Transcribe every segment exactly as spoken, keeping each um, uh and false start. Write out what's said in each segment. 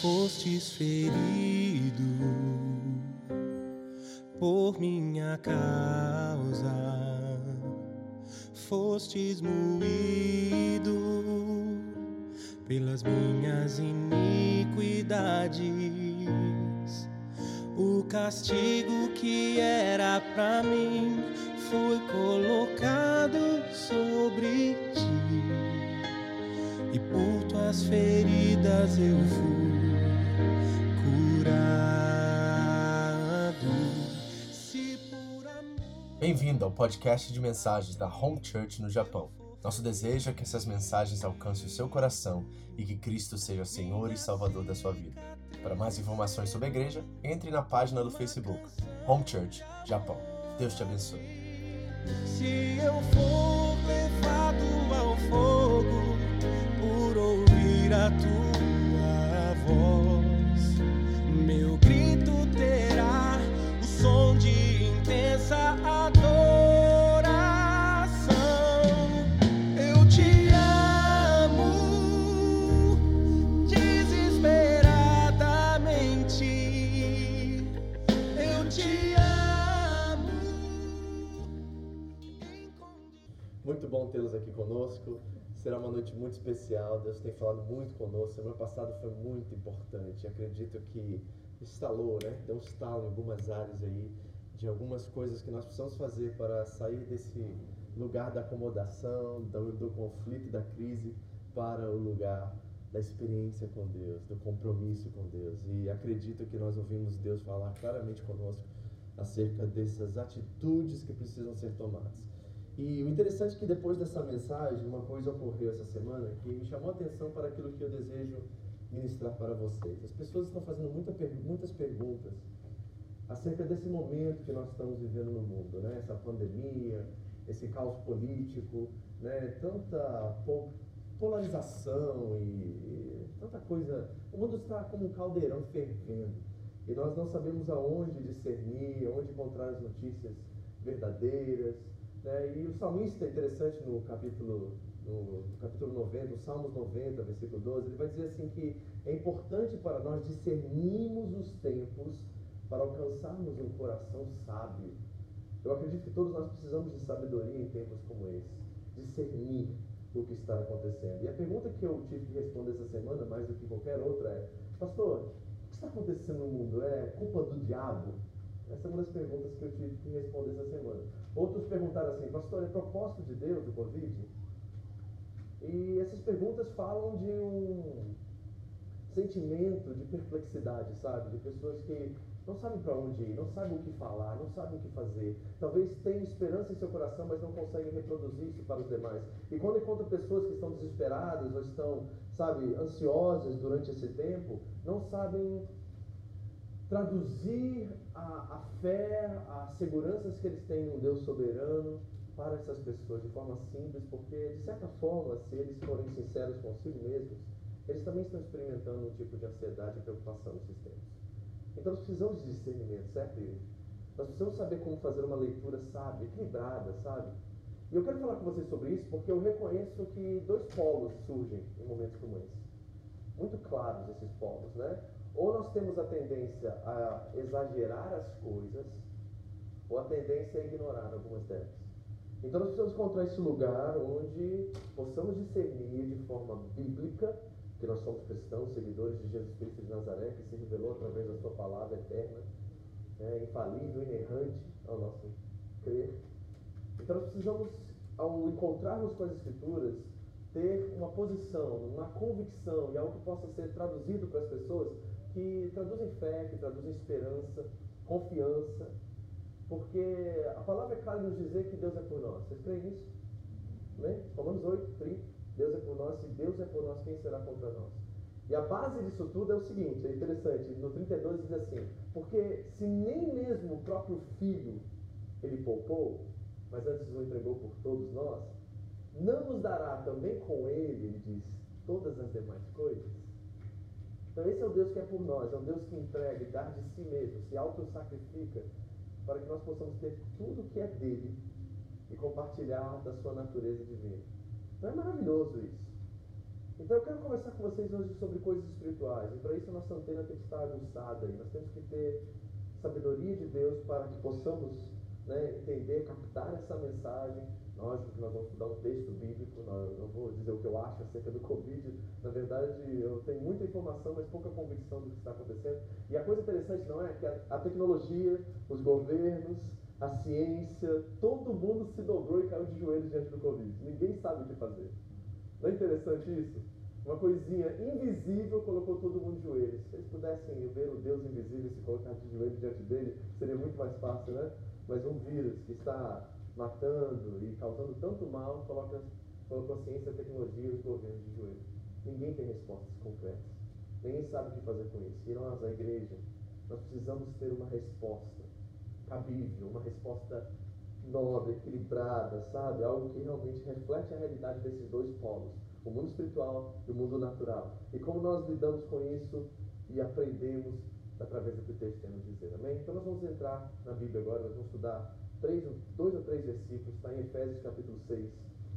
fostes ferido por minha causa, fostes moído pelas minhas iniquidades. O castigo que era pra mim foi colocado sobre ti, e por tuas feridas eu fui curado. Se por amor... Bem-vindo ao podcast de mensagens da Home Church no Japão. Nosso desejo é que essas mensagens alcancem o seu coração e que Cristo seja Senhor e Salvador da sua vida. Para mais informações sobre a igreja, entre na página do Facebook, Home Church Japão. Deus te abençoe. Se eu for levado ao fogo por ouvir a tua voz, meu grito terá o som de intensa adoração. Eu te amo desesperadamente. Eu te amo. Muito bom tê-los aqui conosco. Será uma noite muito especial. Deus tem falado muito conosco. Semana passada foi muito importante. Acredito que instalou, né? Deu um estalo em algumas áreas aí, de algumas coisas que nós precisamos fazer para sair desse lugar da acomodação, do, do conflito e da crise, para o lugar da experiência com Deus, do compromisso com Deus. E acredito que nós ouvimos Deus falar claramente conosco acerca dessas atitudes que precisam ser tomadas. E o interessante é que depois dessa mensagem, uma coisa ocorreu essa semana que me chamou a atenção para aquilo que eu desejo ministrar para vocês. As pessoas estão fazendo muita, muitas perguntas acerca desse momento que nós estamos vivendo no mundo, né? Essa pandemia, esse caos político, né? Tanta po- polarização e, e tanta coisa. O mundo está como um caldeirão fervendo e nós não sabemos aonde discernir, aonde encontrar as notícias verdadeiras. Né? E o salmista, interessante, no capítulo, no, no capítulo noventa, o Salmos noventa, versículo doze, ele vai dizer assim que é importante para nós discernirmos os tempos para alcançarmos um coração sábio. Eu acredito que todos nós precisamos de sabedoria em tempos como esse, discernir o que está acontecendo. E a pergunta que eu tive que responder essa semana, mais do que qualquer outra, é: pastor, o que está acontecendo no mundo? É culpa do diabo? Essa é uma das perguntas que eu tive que responder essa semana. Outros perguntaram assim: pastor, é propósito de Deus o Covid? E essas perguntas falam de um sentimento de perplexidade, sabe? De pessoas que não sabem para onde ir, não sabem o que falar, não sabem o que fazer. Talvez tenham esperança em seu coração, mas não conseguem reproduzir isso para os demais. E quando encontram pessoas que estão desesperadas ou estão, sabe, ansiosas durante esse tempo, não sabem traduzir a, a fé, as seguranças que eles têm no Deus soberano para essas pessoas de forma simples, porque, de certa forma, se eles forem sinceros consigo mesmos, eles também estão experimentando um tipo de ansiedade e preocupação nesses tempos. Então, nós precisamos de discernimento, certo, igreja? Nós precisamos saber como fazer uma leitura sábia, equilibrada, sabe? E eu quero falar com vocês sobre isso porque eu reconheço que dois polos surgem em momentos como esse. Muito claros esses polos, né? Ou nós temos a tendência a exagerar as coisas, ou a tendência a ignorar algumas delas. Então nós precisamos encontrar esse lugar onde possamos discernir de forma bíblica, que nós somos cristãos, seguidores de Jesus Cristo de Nazaré, que se revelou através da sua palavra eterna, né, infalível, inerrante ao nosso crer. Então nós precisamos, ao encontrarmos com as Escrituras, ter uma posição, uma convicção e algo que possa ser traduzido para as pessoas, que traduzem fé, que traduzem esperança, confiança, porque a palavra é clara em nos dizer que Deus é por nós. Vocês creem nisso? Amém? Romanos oito, trinta, Deus é por nós, se Deus é por nós, quem será contra nós? E a base disso tudo é o seguinte, é interessante, no trinta e dois diz assim: porque se nem mesmo o próprio Filho ele poupou, mas antes o entregou por todos nós, não nos dará também com ele, ele diz, todas as demais coisas? Então esse é o Deus que é por nós, é um Deus que entrega e dá de si mesmo, se auto-sacrifica, para que nós possamos ter tudo que é dele e compartilhar da sua natureza divina. Então é maravilhoso isso. Então eu quero conversar com vocês hoje sobre coisas espirituais. E para isso a nossa antena tem que estar aguçada. E nós temos que ter sabedoria de Deus para que possamos, né, entender, captar essa mensagem. Lógico que nós vamos estudar um texto bíblico. Eu não vou dizer o que eu acho acerca do Covid. Na verdade, eu tenho muita informação, mas pouca convicção do que está acontecendo. E a coisa interessante não é que a, a tecnologia, os governos, a ciência, todo mundo se dobrou e caiu de joelhos diante do Covid. Ninguém sabe o que fazer. Não é interessante isso? Uma coisinha invisível colocou todo mundo de joelhos. Se eles pudessem ver o Deus invisível e se colocar de joelhos diante dele, seria muito mais fácil, né? Mas um vírus que está matando e causando tanto mal, coloca, colocou a ciência, a tecnologia e os governos de joelhos. Ninguém tem respostas concretas. Ninguém sabe o que fazer com isso. E nós, a igreja, nós precisamos ter uma resposta cabível, uma resposta nobre, equilibrada, sabe? Algo que realmente reflete a realidade desses dois polos, o mundo espiritual e o mundo natural. E como nós lidamos com isso e aprendemos através do que o texto tem a nos dizer, amém? Então nós vamos entrar na Bíblia agora, nós vamos estudar três, dois ou três versículos, está em Efésios capítulo seis.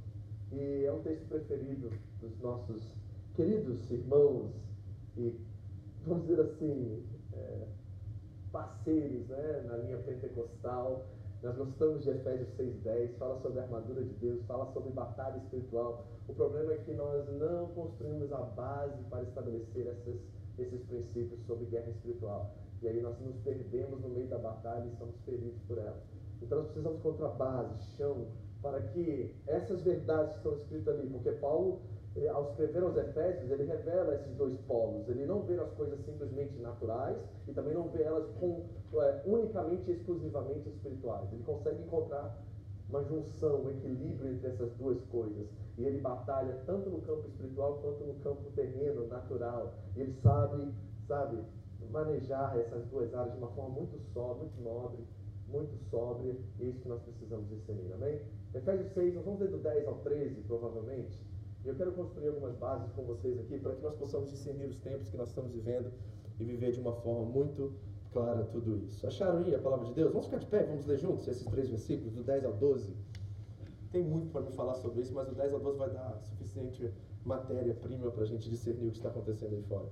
E é um texto preferido dos nossos queridos irmãos e, vamos dizer assim, é, parceiros, né, na linha pentecostal. Nós gostamos de Efésios seis, dez, fala sobre a armadura de Deus, fala sobre batalha espiritual. O problema é que nós não construímos a base para estabelecer essas, esses princípios sobre guerra espiritual. E aí nós nos perdemos no meio da batalha e somos feridos por ela. Então nós precisamos encontrar base, chão, para que essas verdades que estão escritas ali, porque Paulo, ao escrever aos Efésios, ele revela esses dois polos. Ele não vê as coisas simplesmente naturais e também não vê elas com, é, unicamente e exclusivamente espirituais. Ele consegue encontrar uma junção, um equilíbrio entre essas duas coisas. E ele batalha tanto no campo espiritual quanto no campo terreno, natural. E ele sabe, sabe, manejar essas duas áreas de uma forma muito sóbria, muito nobre, muito sóbria. E é isso que nós precisamos discernir, amém? Efésios seis, nós vamos ler do dez ao treze, provavelmente. E eu quero construir algumas bases com vocês aqui para que nós possamos discernir os tempos que nós estamos vivendo e viver de uma forma muito clara tudo isso. Acharam aí a palavra de Deus? Vamos ficar de pé, vamos ler juntos esses três versículos, do dez ao doze. Tem muito para me falar sobre isso, mas do dez ao doze vai dar suficiente matéria-prima para a gente discernir o que está acontecendo aí fora.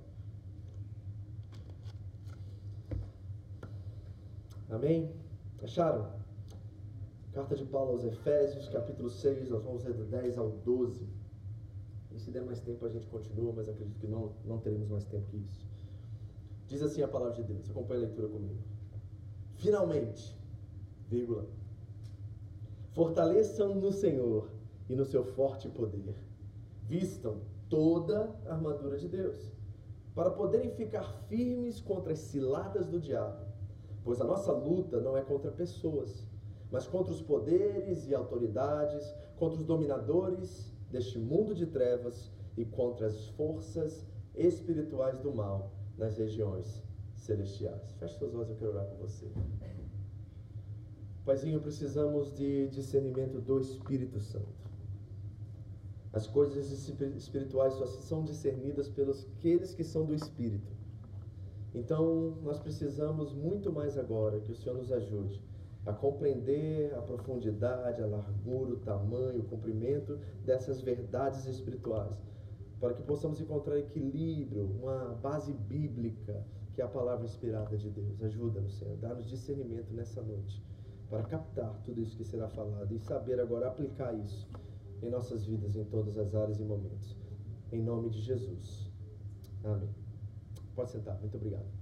Amém? Acharam? Carta de Paulo aos Efésios, capítulo seis, nós vamos ler do dez ao doze. E se der mais tempo a gente continua, mas acredito que não, não teremos mais tempo que isso. Diz assim a palavra de Deus, acompanhe a leitura comigo. Finalmente, vírgula, fortaleçam no Senhor e no seu forte poder. Vistam toda a armadura de Deus, para poderem ficar firmes contra as ciladas do diabo. Pois a nossa luta não é contra pessoas, mas contra os poderes e autoridades, contra os dominadores deste mundo de trevas e contra as forças espirituais do mal nas regiões celestiais. Feche seus olhos, eu quero orar com você. Paizinho, precisamos de discernimento do Espírito Santo. As coisas espirituais só são discernidas pelos aqueles que são do Espírito. Então, nós precisamos muito mais agora que o Senhor nos ajude a compreender a profundidade, a largura, o tamanho, o comprimento dessas verdades espirituais, para que possamos encontrar equilíbrio, uma base bíblica, que é a palavra inspirada de Deus. Ajuda-nos, Senhor, dá-nos discernimento nessa noite, para captar tudo isso que será falado e saber agora aplicar isso em nossas vidas, em todas as áreas e momentos. Em nome de Jesus. Amém. Pode sentar. Muito obrigado.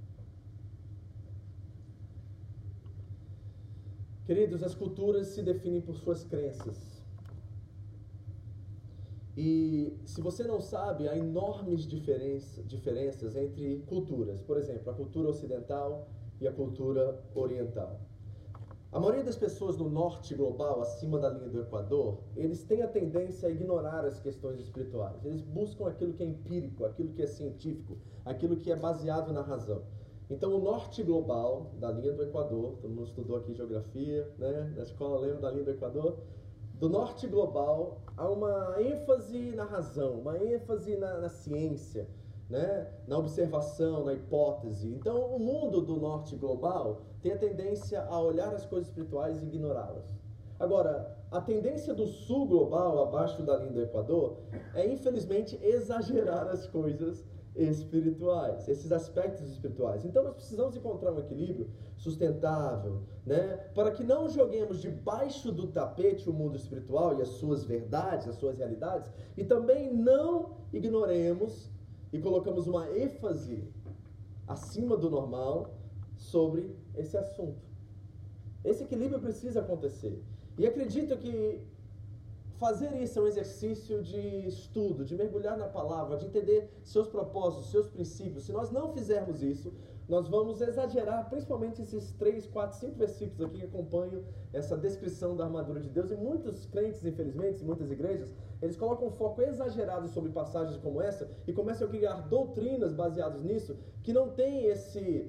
Queridos, as culturas se definem por suas crenças. E se você não sabe, há enormes diferença, diferenças entre culturas. Por exemplo, a cultura ocidental e a cultura oriental. A maioria das pessoas no norte global, acima da linha do Equador, eles têm a tendência a ignorar as questões espirituais. Eles buscam aquilo que é empírico, aquilo que é científico, aquilo que é baseado na razão. Então, o norte global, da linha do Equador, todo mundo estudou aqui geografia, né? Na escola lembra da linha do Equador? Do norte global, há uma ênfase na razão, uma ênfase na, na ciência, né? Na observação, na hipótese. Então, o mundo do norte global tem a tendência a olhar as coisas espirituais e ignorá-las. Agora, a tendência do sul global, abaixo da linha do Equador, é infelizmente exagerar as coisas espirituais, esses aspectos espirituais. Então nós precisamos encontrar um equilíbrio sustentável, né? Para que não joguemos debaixo do tapete o mundo espiritual e as suas verdades, as suas realidades, e também não ignoremos e colocamos uma ênfase acima do normal sobre esse assunto. Esse equilíbrio precisa acontecer. E acredito que fazer isso é um exercício de estudo, de mergulhar na palavra, de entender seus propósitos, seus princípios. Se nós não fizermos isso, nós vamos exagerar, principalmente esses três, quatro, cinco versículos aqui que acompanham essa descrição da armadura de Deus. E muitos crentes, infelizmente, em muitas igrejas, eles colocam um foco exagerado sobre passagens como essa e começam a criar doutrinas baseadas nisso, que não tem esse...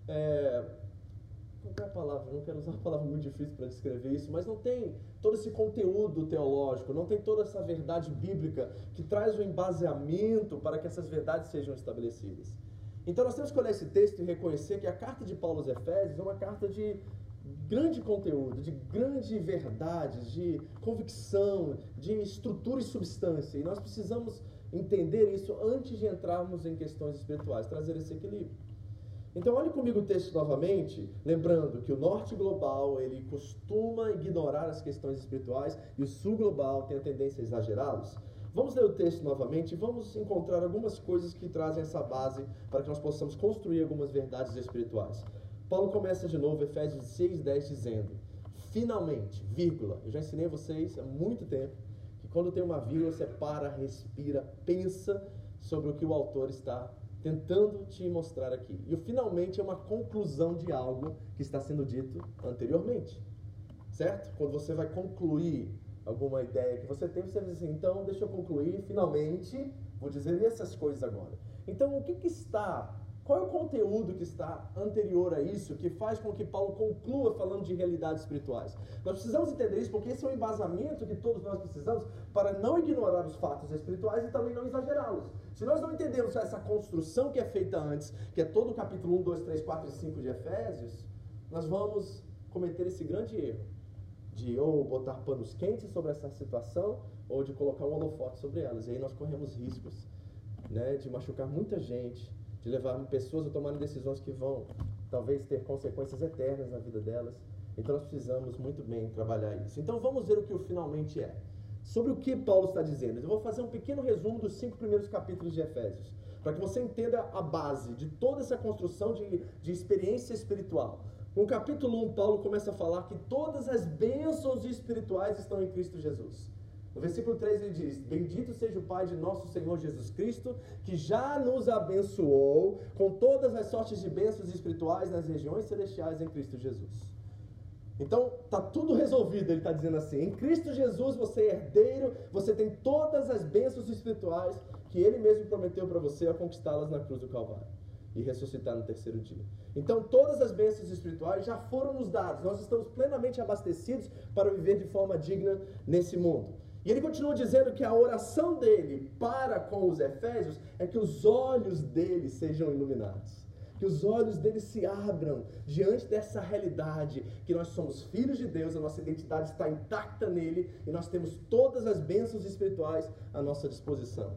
É, qual é a palavra? Não quero usar uma palavra muito difícil para descrever isso, mas não tem todo esse conteúdo teológico, não tem toda essa verdade bíblica que traz o embaseamento para que essas verdades sejam estabelecidas. Então nós temos que olhar esse texto e reconhecer que a carta de Paulo aos Efésios é uma carta de grande conteúdo, de grande verdade, de convicção, de estrutura e substância. E nós precisamos entender isso antes de entrarmos em questões espirituais, trazer esse equilíbrio. Então olhe comigo o texto novamente, lembrando que o norte global ele costuma ignorar as questões espirituais e o sul global tem a tendência a exagerá-los. Vamos ler o texto novamente e vamos encontrar algumas coisas que trazem essa base para que nós possamos construir algumas verdades espirituais. Paulo começa de novo, Efésios seis, dez, dizendo: finalmente, vírgula, eu já ensinei a vocês há muito tempo que quando tem uma vírgula você para, respira, pensa sobre o que o autor está tentando te mostrar aqui. E o finalmente é uma conclusão de algo que está sendo dito anteriormente, certo? Quando você vai concluir alguma ideia que você tem, você diz assim, então deixa eu concluir, finalmente, vou dizer essas coisas agora. Então o que que está, qual é o conteúdo que está anterior a isso, que faz com que Paulo conclua falando de realidades espirituais? Nós precisamos entender isso, porque esse é um embasamento que todos nós precisamos para não ignorar os fatos espirituais e também não exagerá-los. Se nós não entendemos essa construção que é feita antes, que é todo o capítulo um, dois, três, quatro e cinco de Efésios, nós vamos cometer esse grande erro de ou botar panos quentes sobre essa situação, ou de colocar um holofote sobre elas. E aí nós corremos riscos, né, de machucar muita gente, de levar pessoas a tomarem decisões que vão, talvez, ter consequências eternas na vida delas. Então nós precisamos muito bem trabalhar isso. Então vamos ver o que o finalmente é. Sobre o que Paulo está dizendo. Eu vou fazer um pequeno resumo dos cinco primeiros capítulos de Efésios, para que você entenda a base de toda essa construção de, de experiência espiritual. No capítulo um, Paulo começa a falar que todas as bênçãos espirituais estão em Cristo Jesus. No versículo três ele diz: bendito seja o Pai de nosso Senhor Jesus Cristo, que já nos abençoou com todas as sortes de bênçãos espirituais nas regiões celestiais em Cristo Jesus. Então, está tudo resolvido, ele está dizendo assim, em Cristo Jesus você é herdeiro, você tem todas as bênçãos espirituais que ele mesmo prometeu para você a conquistá-las na cruz do Calvário e ressuscitar no terceiro dia. Então, todas as bênçãos espirituais já foram nos dadas, nós estamos plenamente abastecidos para viver de forma digna nesse mundo. E ele continua dizendo que a oração dele para com os Efésios é que os olhos dele sejam iluminados. Que os olhos deles se abram diante dessa realidade, que nós somos filhos de Deus, a nossa identidade está intacta nele e nós temos todas as bênçãos espirituais à nossa disposição.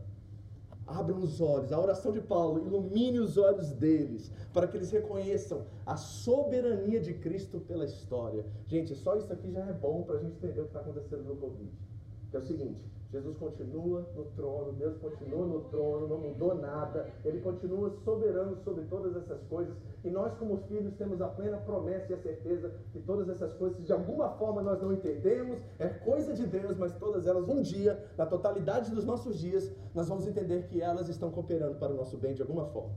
Abram os olhos, a oração de Paulo, ilumine os olhos deles, para que eles reconheçam a soberania de Cristo pela história. Gente, só isso aqui já é bom para a gente entender o que está acontecendo no Covid. Que é o seguinte, Jesus continua no trono, Deus continua no trono, não mudou nada, Ele continua soberano sobre todas essas coisas, e nós como filhos temos a plena promessa e a certeza que todas essas coisas, de alguma forma nós não entendemos, é coisa de Deus, mas todas elas um dia, na totalidade dos nossos dias, nós vamos entender que elas estão cooperando para o nosso bem de alguma forma,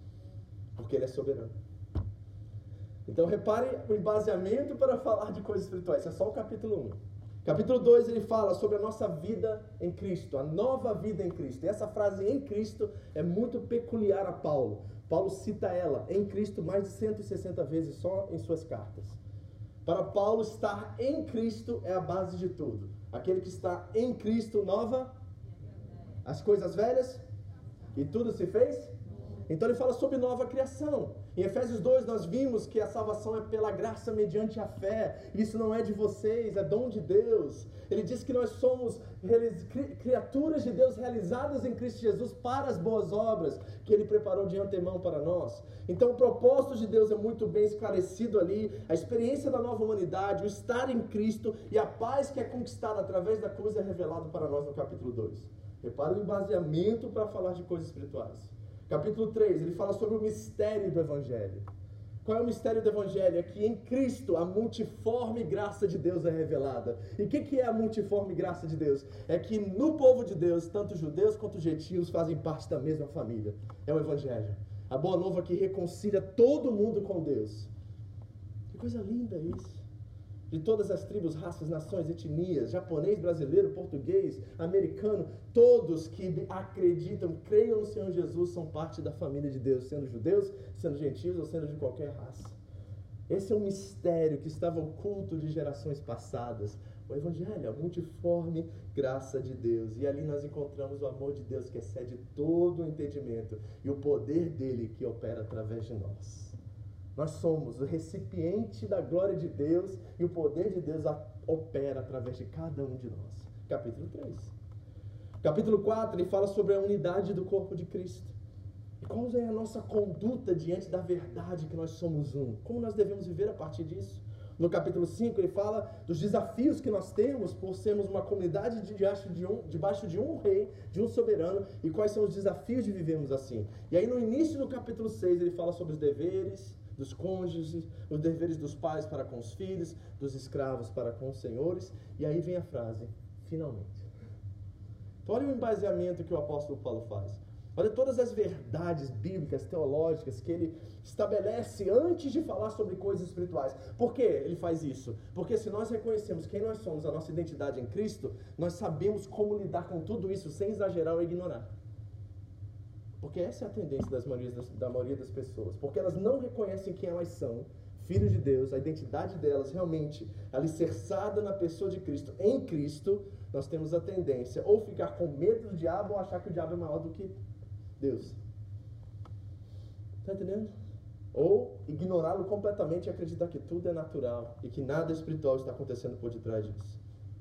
porque Ele é soberano. Então repare o embaseamento para falar de coisas espirituais, isso é só o capítulo um. Capítulo dois, ele fala sobre a nossa vida em Cristo, a nova vida em Cristo. E essa frase, em Cristo, é muito peculiar a Paulo. Paulo cita ela, em Cristo, mais de cento e sessenta vezes só em suas cartas. Para Paulo, estar em Cristo é a base de tudo. Aquele que está em Cristo, nova, as coisas velhas, e tudo se fez Então ele fala sobre nova criação. Em Efésios dois nós vimos que a salvação é pela graça mediante a fé. Isso não é de vocês, é dom de Deus. Ele diz que nós somos criaturas de Deus realizadas em Cristo Jesus para as boas obras que Ele preparou de antemão para nós. Então o propósito de Deus é muito bem esclarecido ali, a experiência da nova humanidade, o estar em Cristo e a paz que é conquistada através da cruz é revelado para nós no capítulo dois. Repara o embaseamento para falar de coisas espirituais. Capítulo três, ele fala sobre o mistério do Evangelho. Qual é o mistério do Evangelho? É que em Cristo a multiforme graça de Deus é revelada. E o que, que é a multiforme graça de Deus? É que no povo de Deus, tanto judeus quanto gentios fazem parte da mesma família. É o Evangelho. A boa nova que reconcilia todo mundo com Deus. Que coisa linda isso. De todas as tribos, raças, nações, etnias, japonês, brasileiro, português, americano, todos que acreditam, creiam no Senhor Jesus, são parte da família de Deus, sendo judeus, sendo gentios ou sendo de qualquer raça. Esse é um mistério que estava oculto de gerações passadas. O Evangelho, a multiforme graça de Deus. E ali nós encontramos o amor de Deus que excede todo o entendimento e o poder dele que opera através de nós. Nós somos o recipiente da glória de Deus e o poder de Deus opera através de cada um de nós. Capítulo três. Capítulo quatro, ele fala sobre a unidade do corpo de Cristo. E qual é a nossa conduta diante da verdade que nós somos um? Como nós devemos viver a partir disso? No capítulo cinco, ele fala dos desafios que nós temos por sermos uma comunidade debaixo de um, debaixo de um rei, de um soberano, e quais são os desafios de vivermos assim. E aí no início do capítulo seis, ele fala sobre os deveres dos cônjuges, os deveres dos pais para com os filhos, dos escravos para com os senhores, e aí vem a frase, finalmente. Então olha o embaseamento que o apóstolo Paulo faz. Olha todas as verdades bíblicas, teológicas que ele estabelece antes de falar sobre coisas espirituais. Por que ele faz isso? Porque se nós reconhecemos quem nós somos, a nossa identidade em Cristo, nós sabemos como lidar com tudo isso sem exagerar ou ignorar. Porque essa é a tendência das das, da maioria das pessoas. Porque elas não reconhecem quem elas são, filhos de Deus, a identidade delas realmente alicerçada na pessoa de Cristo. Em Cristo, nós temos a tendência ou ficar com medo do diabo ou achar que o diabo é maior do que Deus. Está entendendo? Ou ignorá-lo completamente e acreditar que tudo é natural e que nada espiritual está acontecendo por detrás disso.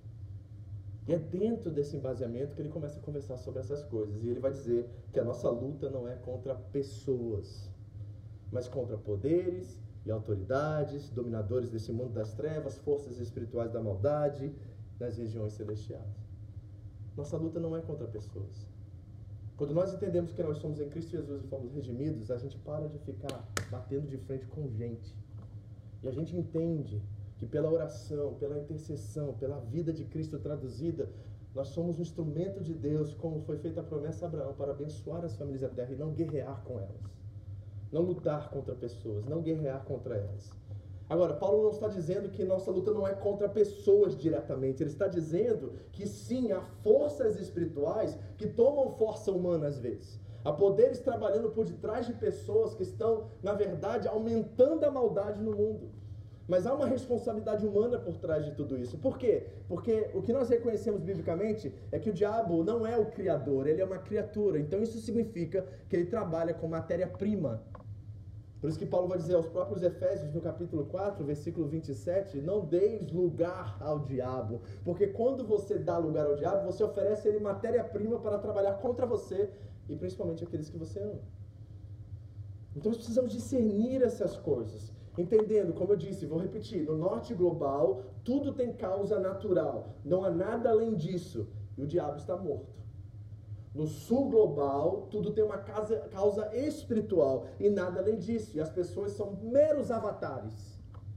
E é dentro desse embaseamento que ele começa a conversar sobre essas coisas. E ele vai dizer que a nossa luta não é contra pessoas, mas contra poderes e autoridades, dominadores desse mundo das trevas, forças espirituais da maldade nas regiões celestiais. Nossa luta não é contra pessoas. Quando nós entendemos que nós somos em Cristo Jesus e fomos redimidos, a gente para de ficar batendo de frente com gente. E a gente entende que pela oração, pela intercessão, pela vida de Cristo traduzida, nós somos um instrumento de Deus, como foi feita a promessa a Abraão, para abençoar as famílias da terra e não guerrear com elas. Não lutar contra pessoas, não guerrear contra elas. Agora, Paulo não está dizendo que nossa luta não é contra pessoas diretamente. Ele está dizendo que sim, há forças espirituais que tomam força humana às vezes. Há poderes trabalhando por detrás de pessoas que estão, na verdade, aumentando a maldade no mundo. Mas há uma responsabilidade humana por trás de tudo isso. Por quê? Porque o que nós reconhecemos biblicamente é que o diabo não é o criador, ele é uma criatura. Então isso significa que ele trabalha com matéria-prima. Por isso que Paulo vai dizer aos próprios Efésios, no capítulo quatro, versículo vinte e sete, não deis lugar ao diabo. Porque quando você dá lugar ao diabo, você oferece a ele matéria-prima para trabalhar contra você e principalmente aqueles que você ama. Então nós precisamos discernir essas coisas. Entendendo, como eu disse, vou repetir, no norte global, tudo tem causa natural. Não há nada além disso. E o diabo está morto. No sul global, tudo tem uma causa, causa espiritual e nada além disso. E as pessoas são meros avatares.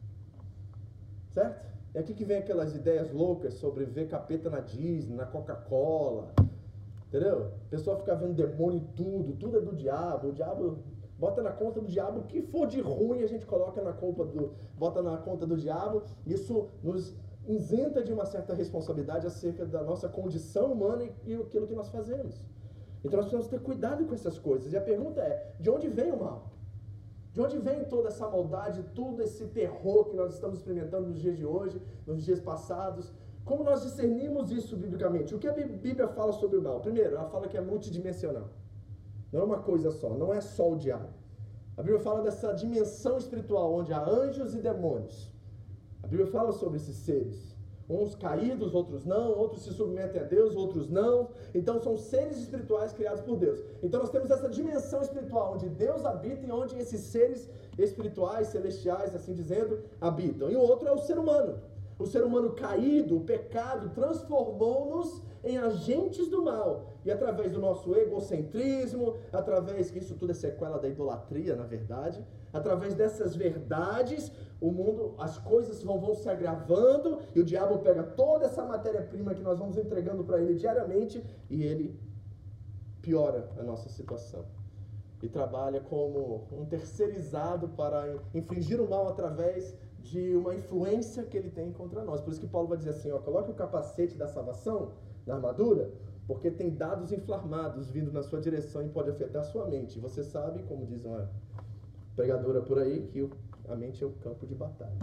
Certo? É aqui que vem aquelas ideias loucas sobre ver capeta na Disney, na Coca-Cola. Entendeu? A pessoa fica vendo demônio em tudo, tudo é do diabo. O diabo bota na conta do diabo, o que for de ruim a gente coloca na conta do, bota na conta do diabo. Isso nos isenta de uma certa responsabilidade acerca da nossa condição humana e, e aquilo que nós fazemos. Então nós precisamos ter cuidado com essas coisas. E a pergunta é, de onde vem o mal? De onde vem toda essa maldade, todo esse terror que nós estamos experimentando nos dias de hoje, nos dias passados? Como nós discernimos isso biblicamente? O que a Bíblia fala sobre o mal? Primeiro, ela fala que é multidimensional. Não é uma coisa só, não é só o diabo. A Bíblia fala dessa dimensão espiritual, onde há anjos e demônios. A Bíblia fala sobre esses seres. Uns caídos, outros não, outros se submetem a Deus, outros não. Então são seres espirituais criados por Deus. Então nós temos essa dimensão espiritual, onde Deus habita e onde esses seres espirituais, celestiais, assim dizendo, habitam. E o outro é o ser humano. O ser humano caído, o pecado, transformou-nos em agentes do mal. E através do nosso egocentrismo, através, que isso tudo é sequela da idolatria, na verdade, através dessas verdades, o mundo, as coisas vão, vão se agravando, e o diabo pega toda essa matéria-prima que nós vamos entregando para ele diariamente, e ele piora a nossa situação. E trabalha como um terceirizado para infligir o mal através de uma influência que ele tem contra nós. Por isso que Paulo vai dizer assim, ó, coloque o capacete da salvação na armadura, porque tem dados inflamados vindo na sua direção e pode afetar a sua mente. E você sabe, como diz uma pregadora por aí, que a mente é o campo de batalha.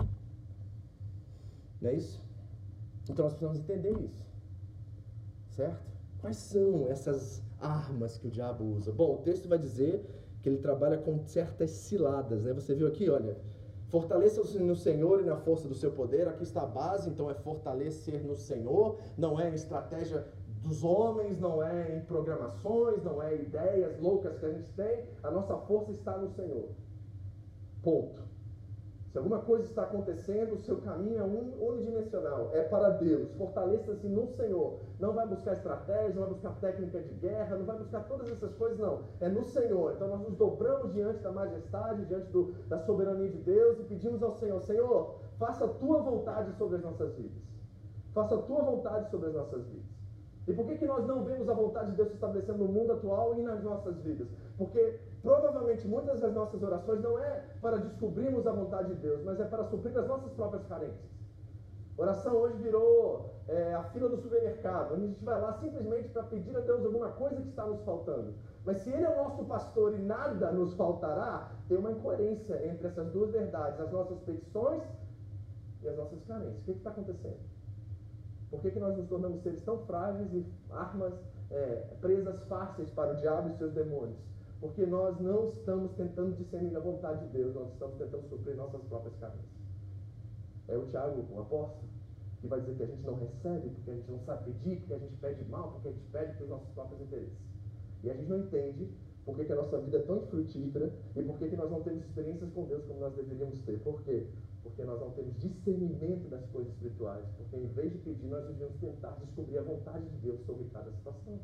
Não é isso? Então nós precisamos entender isso. Certo? Quais são essas armas que o diabo usa? Bom, o texto vai dizer que ele trabalha com certas ciladas, né? Você viu aqui, olha, fortaleça-se no Senhor e na força do seu poder. Aqui está a base, então é fortalecer no Senhor, não é em estratégia dos homens, não é em programações, não é ideias loucas que a gente tem. A nossa força está no Senhor. Ponto. Se alguma coisa está acontecendo, o seu caminho é unidimensional, é para Deus. Fortaleça-se no Senhor. Não vai buscar estratégia, não vai buscar técnica de guerra, não vai buscar todas essas coisas, não. É no Senhor. Então nós nos dobramos diante da majestade, diante do, da soberania de Deus e pedimos ao Senhor, Senhor, faça a tua vontade sobre as nossas vidas. Faça a tua vontade sobre as nossas vidas. E por que que nós não vemos a vontade de Deus se estabelecendo no mundo atual e nas nossas vidas? Porque provavelmente muitas das nossas orações não é para descobrirmos a vontade de Deus, mas é para suprir as nossas próprias carências. Oração hoje virou é, a fila do supermercado, onde a gente vai lá simplesmente para pedir a Deus alguma coisa que está nos faltando. Mas se Ele é o nosso pastor e nada nos faltará, tem uma incoerência entre essas duas verdades, as nossas petições e as nossas carências. O que está acontecendo? Por que que nós nos tornamos seres tão frágeis e armas, é, presas fáceis para o diabo e seus demônios? Porque nós não estamos tentando discernir a vontade de Deus, nós estamos tentando suprir nossas próprias carências. É o Tiago, o apóstolo, que vai dizer que a gente não recebe porque a gente não sabe pedir, porque a gente pede mal, porque a gente pede para os nossos próprios interesses. E a gente não entende por que que a nossa vida é tão infrutífera e por que que nós não temos experiências com Deus como nós deveríamos ter. Por quê? Porque nós não temos discernimento das coisas espirituais. Porque em vez de pedir, nós devíamos tentar descobrir a vontade de Deus sobre cada situação.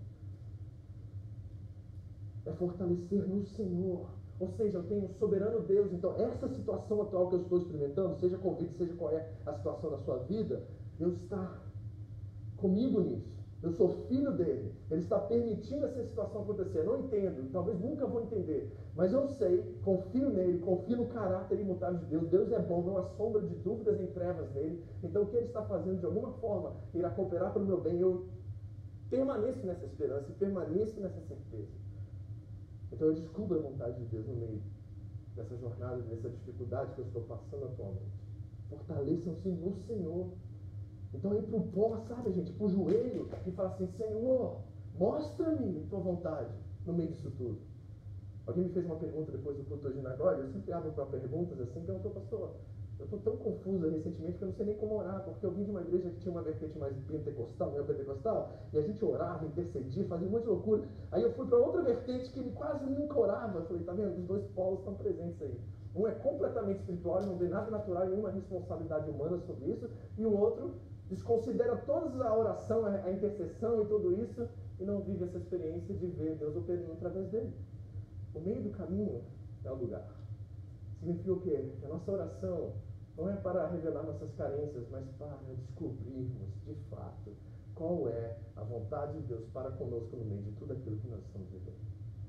É fortalecer no Senhor. Ou seja, eu tenho um soberano Deus. Então, essa situação atual que eu estou experimentando, seja Covid, seja qual é a situação da sua vida, Deus está comigo nisso. Eu sou filho dele. Ele está permitindo essa situação acontecer. Eu não entendo, talvez nunca vou entender. Mas eu sei, confio nele, confio no caráter imutável de Deus. Deus é bom, não há sombra de dúvidas em trevas nele. Então o que ele está fazendo de alguma forma irá cooperar para o meu bem. Eu permaneço nessa esperança e permaneço nessa certeza. Então eu descubro a vontade de Deus no meio dessa jornada, dessa dificuldade que eu estou passando atualmente. Fortaleçam-se no Senhor. Então ir para o pó, sabe, gente, para o joelho e falar assim, Senhor, mostra-me a tua vontade no meio disso tudo. Alguém me fez uma pergunta depois do culto hoje na glória, eu sempre abro para perguntas assim, que eu estou, pastor, eu estou tão confusa recentemente que eu não sei nem como orar, porque eu vim de uma igreja que tinha uma vertente mais pentecostal, neopentecostal, e a gente orava, intercedia, fazia um monte de loucura. Aí eu fui para outra vertente que ele quase nunca orava, eu falei, tá vendo, os dois polos estão presentes aí. Um é completamente espiritual, não vê nada natural e nenhuma responsabilidade humana sobre isso, e o outro desconsidera toda a oração, a intercessão e tudo isso, e não vive essa experiência de ver Deus operando através dele. O meio do caminho é o lugar. Significa o quê? Que a nossa oração não é para revelar nossas carências, mas para descobrirmos, de fato, qual é a vontade de Deus para conosco no meio de tudo aquilo que nós estamos vivendo.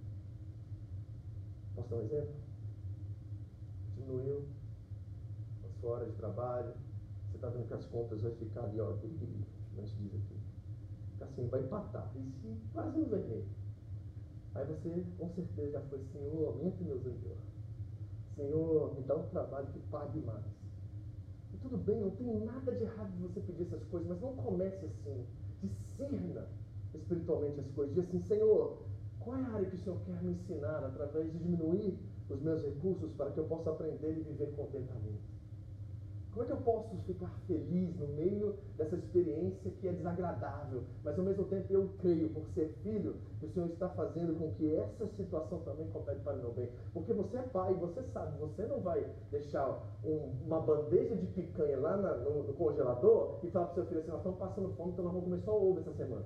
Posso dar um exemplo? Diminuiu a sua hora de trabalho, você está vendo que as contas vai ficar ali, ó, como a gente diz aqui, assim, vai empatar, e se quase no vermelho. Aí você, com certeza, já foi, Senhor, aumenta meus envios. Senhor, me dá um trabalho que pague mais. E tudo bem, não tem nada de errado de você pedir essas coisas, mas não comece assim. Discerna espiritualmente as coisas. Diz assim, Senhor, Qual é a área que o Senhor quer me ensinar através de diminuir os meus recursos para que eu possa aprender e viver contentamento? Como é que eu posso ficar feliz no meio dessa experiência que é desagradável, mas ao mesmo tempo eu creio, por ser filho, que o Senhor está fazendo com que essa situação também compete para o meu bem? Porque você é pai, você sabe, você não vai deixar um, uma bandeja de picanha lá na, no, no congelador e falar para o seu filho assim: nós estamos passando fome, então nós vamos comer só ovo essa semana.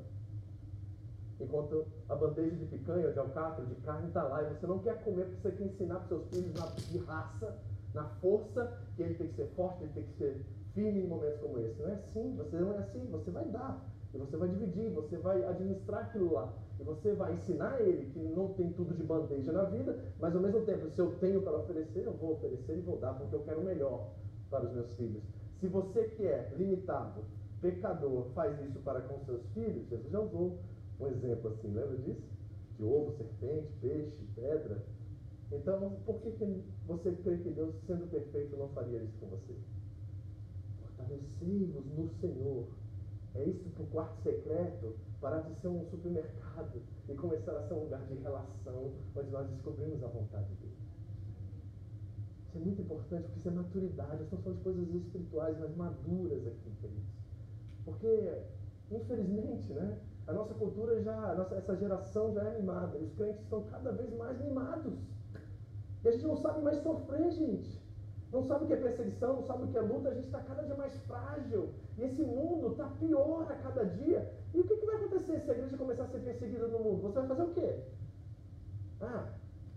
Enquanto a bandeja de picanha, de alcatra, de carne está lá, e você não quer comer porque você quer ensinar para os seus filhos na de raça, na força, que ele tem que ser forte, ele tem que ser firme em momentos como esse. Não é assim, você não é assim, você vai dar, e você vai dividir, você vai administrar aquilo lá, e você vai ensinar ele que não tem tudo de bandeja na vida, mas ao mesmo tempo, se eu tenho para oferecer, eu vou oferecer e vou dar, porque eu quero o melhor para os meus filhos. Se você que é limitado, pecador, faz isso para com seus filhos, Jesus já usou um exemplo assim, lembra disso? De ovo, serpente, peixe, pedra. Então, por que, que você crê que Deus, sendo perfeito, não faria isso com você? Fortalecei-vos no Senhor. É isso para o quarto secreto, parar de ser um supermercado e começar a ser um lugar de relação, onde nós descobrimos a vontade dele. Isso é muito importante, porque isso é maturidade. Nós estamos falando de coisas espirituais, mas maduras aqui, queridos. Porque, infelizmente, né, a nossa cultura já, a nossa, essa geração já é mimada. E os crentes estão cada vez mais mimados. E a gente não sabe mais sofrer, gente. Não sabe o que é perseguição, não sabe o que é luta. A gente está cada dia mais frágil. E esse mundo está pior a cada dia. E o que, que vai acontecer se a igreja começar a ser perseguida no mundo? Você vai fazer o quê? Ah,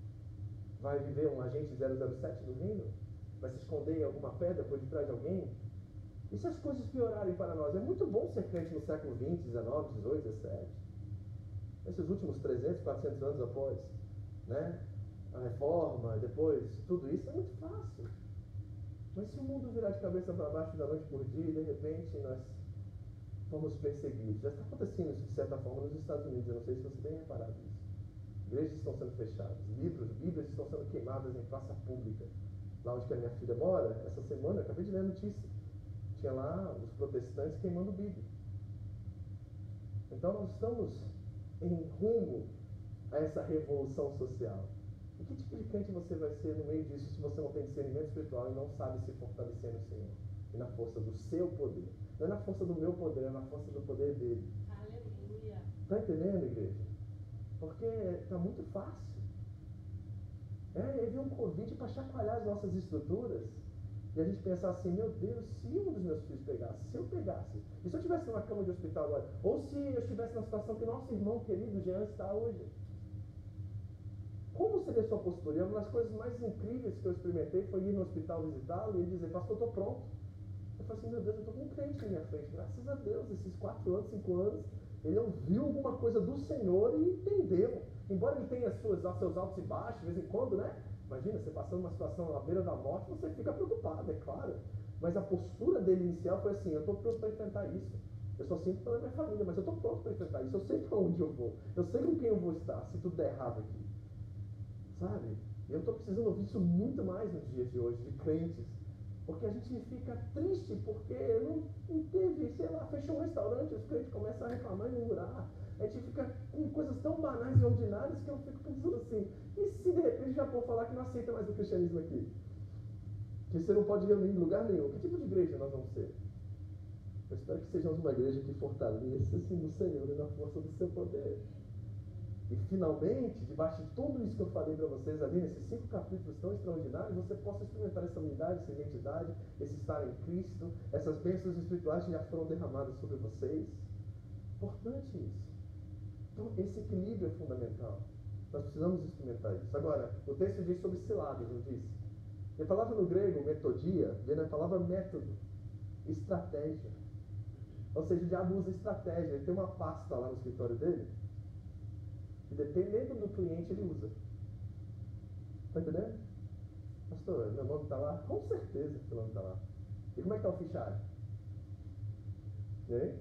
vai viver um agente zero zero sete do reino? Vai se esconder em alguma pedra por detrás de alguém? E se as coisas piorarem para nós? É muito bom ser crente no século vinte, dezenove, dezoito, dezessete. Esses últimos trezentos, quatrocentos anos após, né? A reforma, depois, tudo isso é muito fácil. Mas se o mundo virar de cabeça para baixo da noite por dia, de repente nós fomos perseguidos. Já está acontecendo isso de certa forma nos Estados Unidos, eu não sei se você tem reparado isso. Igrejas estão sendo fechadas, livros, bíblias estão sendo queimadas em praça pública. Lá onde que a minha filha mora, essa semana, eu acabei de ler a notícia, tinha lá os protestantes queimando Bíblia. Então nós estamos em rumo a essa revolução social. E que tipo de crente você vai ser no meio disso se você não tem discernimento espiritual e não sabe se fortalecer no Senhor e na força do seu poder? Não é na força do meu poder, é na força do poder dele. Aleluia. Está entendendo, igreja? Porque está muito fácil. É, ele veio um convite para chacoalhar as nossas estruturas e a gente pensar assim: meu Deus, se um dos meus filhos pegasse, se eu pegasse, e se eu estivesse numa cama de hospital agora, ou se eu estivesse na situação que nosso irmão querido Jean está hoje, como seria a sua postura? E uma das coisas mais incríveis que eu experimentei foi ir no hospital visitá-lo e ele dizer: pastor, eu estou pronto. Eu falei assim: meu Deus, eu estou com um crente na minha frente, graças a Deus, esses quatro anos, cinco anos, ele ouviu alguma coisa do Senhor e entendeu. Embora ele tenha suas, seus altos e baixos, de vez em quando, né? Imagina, você passando uma situação à beira da morte, você fica preocupado, é claro. Mas a postura dele inicial foi assim: eu estou pronto para enfrentar isso. Eu só sinto pela minha família, mas eu estou pronto para enfrentar isso. Eu sei para onde eu vou. Eu sei com quem eu vou estar, se tudo der errado aqui. Sabe? E eu estou precisando ouvir isso muito mais nos dias de hoje, de crentes. Porque a gente fica triste porque não, não teve, sei lá, fechou um restaurante, os crentes começam a reclamar e murmurar. A gente fica com coisas tão banais e ordinárias que eu fico pensando assim: e se de repente o Japão falar que não aceita mais o cristianismo aqui? Que você não pode reunir em lugar nenhum. Que tipo de igreja nós vamos ser? Eu espero que sejamos uma igreja que fortaleça assim, no Senhor e na força do seu poder. E finalmente, debaixo de tudo isso que eu falei para vocês ali, nesses cinco capítulos tão extraordinários, você possa experimentar essa unidade, essa identidade, esse estar em Cristo, essas bênçãos espirituais que já foram derramadas sobre vocês. Importante isso. Então, esse equilíbrio é fundamental. Nós precisamos experimentar isso. Agora, o texto diz sobre ciladas, não diz? E a palavra no grego, metodia, vem na palavra método, estratégia. Ou seja, o diabo usa estratégia. Ele tem uma pasta lá no escritório dele, e dependendo do cliente ele usa. Está entendendo? Pastor, meu nome está lá? Com certeza que seu nome está lá. E como é que está o fichário? E aí?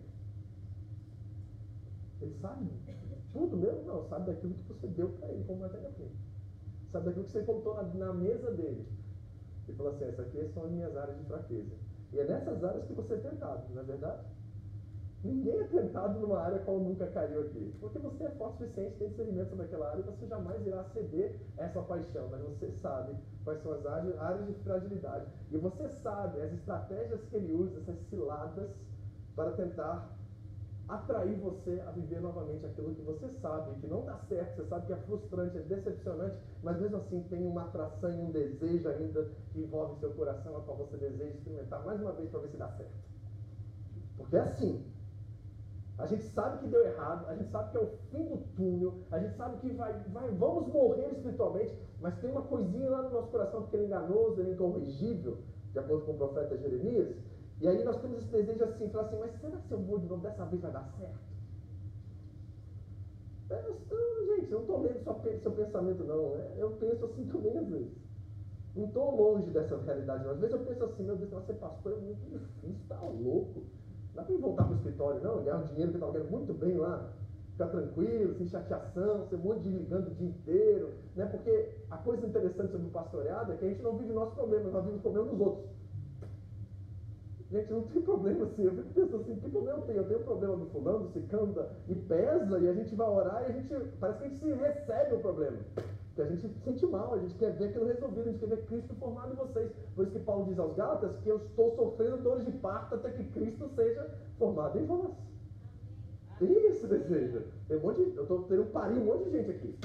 Ele sabe tudo mesmo? Não, sabe daquilo que você deu para ele como matéria-prima. Sabe daquilo que você contou na, na mesa dele. Ele falou assim: essas aqui são as minhas áreas de fraqueza. E é nessas áreas que você é tentado, não é verdade? Ninguém é tentado numa área qual nunca caiu aqui. Porque você é forte o suficiente, tem discernimento sobre aquela área e você jamais irá ceder a essa paixão. Mas você sabe quais são as áreas de fragilidade. E você sabe as estratégias que ele usa, essas ciladas, para tentar atrair você a viver novamente aquilo que você sabe, que não dá certo, você sabe que é frustrante, é decepcionante, mas mesmo assim tem uma atração e um desejo ainda que envolve seu coração, a qual você deseja experimentar mais uma vez para ver se dá certo. Porque é assim. A gente sabe que deu errado, a gente sabe que é o fim do túnel, a gente sabe que vai, vai, vamos morrer espiritualmente, mas tem uma coisinha lá no nosso coração, porque ele é enganoso, ele é incorrigível, de acordo com o profeta Jeremias. E aí nós temos esse desejo assim, falar assim, mas será que se eu vou de novo, dessa vez vai dar certo? Eu, eu, gente, eu não estou lendo só seu pensamento não, né? Eu penso assim também às vezes. Não estou longe dessa realidade não. Às vezes eu penso assim, meu Deus, ser pastor é muito difícil, está louco. Não dá para ir voltar para o escritório não, ganhar o dinheiro que eu estava ganhando muito bem lá. Ficar tranquilo, sem chateação, ser um monte de ligando o dia inteiro. Né? Porque a coisa interessante sobre o pastoreado é que a gente não vive nossos problemas, nós vivemos os problemas dos outros. Gente, não tem problema assim, eu fico pensando assim, que problema eu tenho? Eu tenho problema do fulano, do ciclano, e pesa, e a gente vai orar, e a gente, parece que a gente se recebe o problema. Porque a gente se sente mal, a gente quer ver aquilo resolvido, a gente quer ver Cristo formado em vocês. Por isso que Paulo diz aos Gálatas que eu estou sofrendo dores de parto até que Cristo seja formado em vós. Tem esse desejo. Tem um monte de, eu estou tendo parir um monte de gente aqui.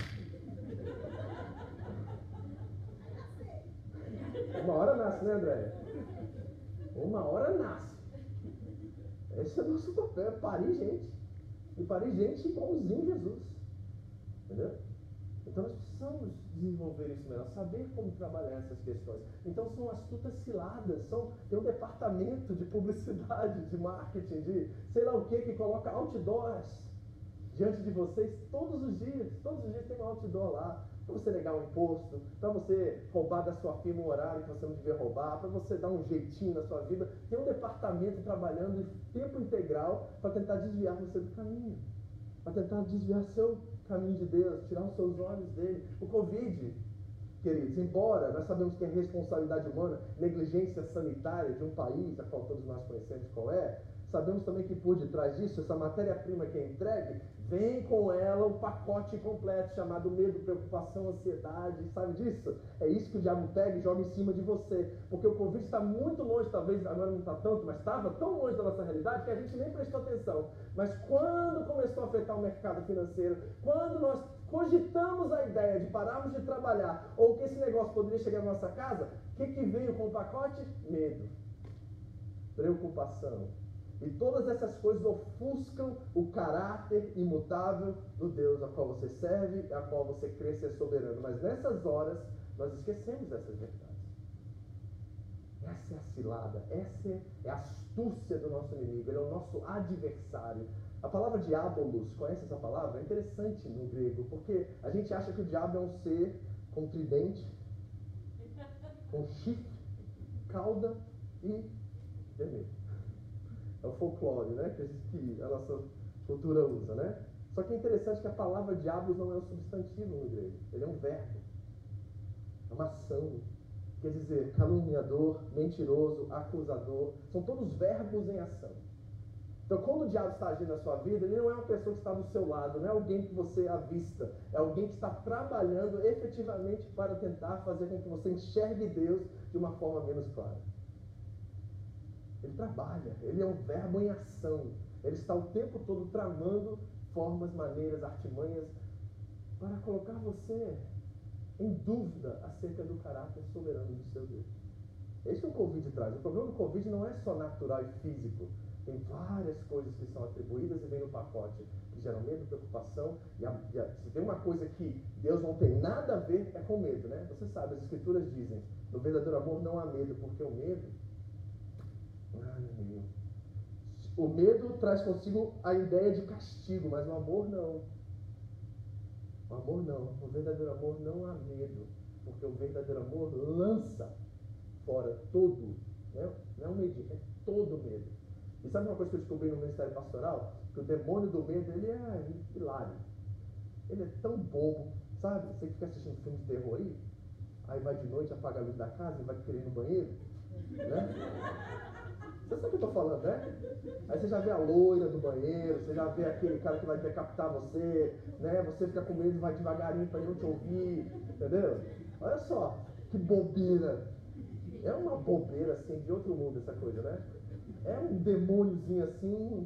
Uma hora nasce, né, André? Uma hora nasce. Esse é o nosso papel, é parir gente. E parir gente igualzinho Jesus. Entendeu? Então nós precisamos desenvolver isso melhor, saber como trabalhar essas questões. Então são astutas ciladas, são, tem um departamento de publicidade, de marketing, de sei lá o que, que coloca outdoors diante de vocês todos os dias. Todos os dias tem um outdoor lá. Para você negar um imposto, para você roubar da sua firma um horário que você não devia roubar, para você dar um jeitinho na sua vida. Tem um departamento trabalhando em tempo integral para tentar desviar você do caminho, para tentar desviar seu caminho de Deus, tirar os seus olhos dele. O Covid, queridos, embora nós sabemos que é responsabilidade humana, negligência sanitária de um país, a qual todos nós conhecemos qual é, sabemos também que por detrás disso, essa matéria-prima que é entregue, vem com ela um pacote completo chamado medo, preocupação, ansiedade, sabe disso? É isso que o diabo pega e joga em cima de você, porque o Covid está muito longe, talvez agora não está tanto, mas estava tão longe da nossa realidade que a gente nem prestou atenção. Mas quando começou a afetar o mercado financeiro, quando nós cogitamos a ideia de pararmos de trabalhar, ou que esse negócio poderia chegar na nossa casa, o que, que veio com o pacote? Medo, preocupação. E todas essas coisas ofuscam o caráter imutável do Deus a qual você serve, a qual você crê ser soberano. Mas nessas horas, nós esquecemos dessas verdades. Essa é a cilada, essa é a astúcia do nosso inimigo, ele é o nosso adversário. A palavra diabolos, conhece essa palavra? É interessante no grego, porque a gente acha que o diabo é um ser com tridente, com chifre, cauda e vermelho. É o folclore, né, que, que a nossa cultura usa, né? Só que é interessante que a palavra diabos não é um substantivo no grego, ele é um verbo, é uma ação. Quer dizer, caluniador, mentiroso, acusador, são todos verbos em ação. Então, quando o diabo está agindo na sua vida, ele não é uma pessoa que está do seu lado, não é alguém que você avista, é alguém que está trabalhando efetivamente para tentar fazer com que você enxergue Deus de uma forma menos clara. Ele trabalha, ele é um verbo em ação. Ele está o tempo todo tramando formas, maneiras, artimanhas para colocar você em dúvida acerca do caráter soberano do seu Deus. É isso que o Covid traz. O problema do Covid não é só natural e físico. Tem várias coisas que são atribuídas e vem no pacote, que geram medo, preocupação. E, a, e a, se tem uma coisa que Deus não tem nada a ver, é com medo, né? Você sabe, as escrituras dizem, no verdadeiro amor não há medo, porque o medo... Ah, meu Deus. O medo traz consigo a ideia de castigo, mas o amor não. O amor não. O verdadeiro amor não há medo, porque o verdadeiro amor lança fora todo, né? Não é um medo, é todo medo. E sabe uma coisa que eu descobri no Ministério Pastoral? Que o demônio do medo, ele é hilário. Ele é tão bobo, sabe? Você que fica assistindo filme de terror aí, aí vai de noite, apaga a luz da casa e vai querer ir no banheiro, né? Você sabe o que eu tô falando, né? Aí você já vê a loira do banheiro, você já vê aquele cara que vai decapitar você, né? Você fica com medo e vai devagarinho para ele não te ouvir, entendeu? Olha só, que bobeira. É uma bobeira, assim, de outro mundo essa coisa, né? É um demôniozinho assim,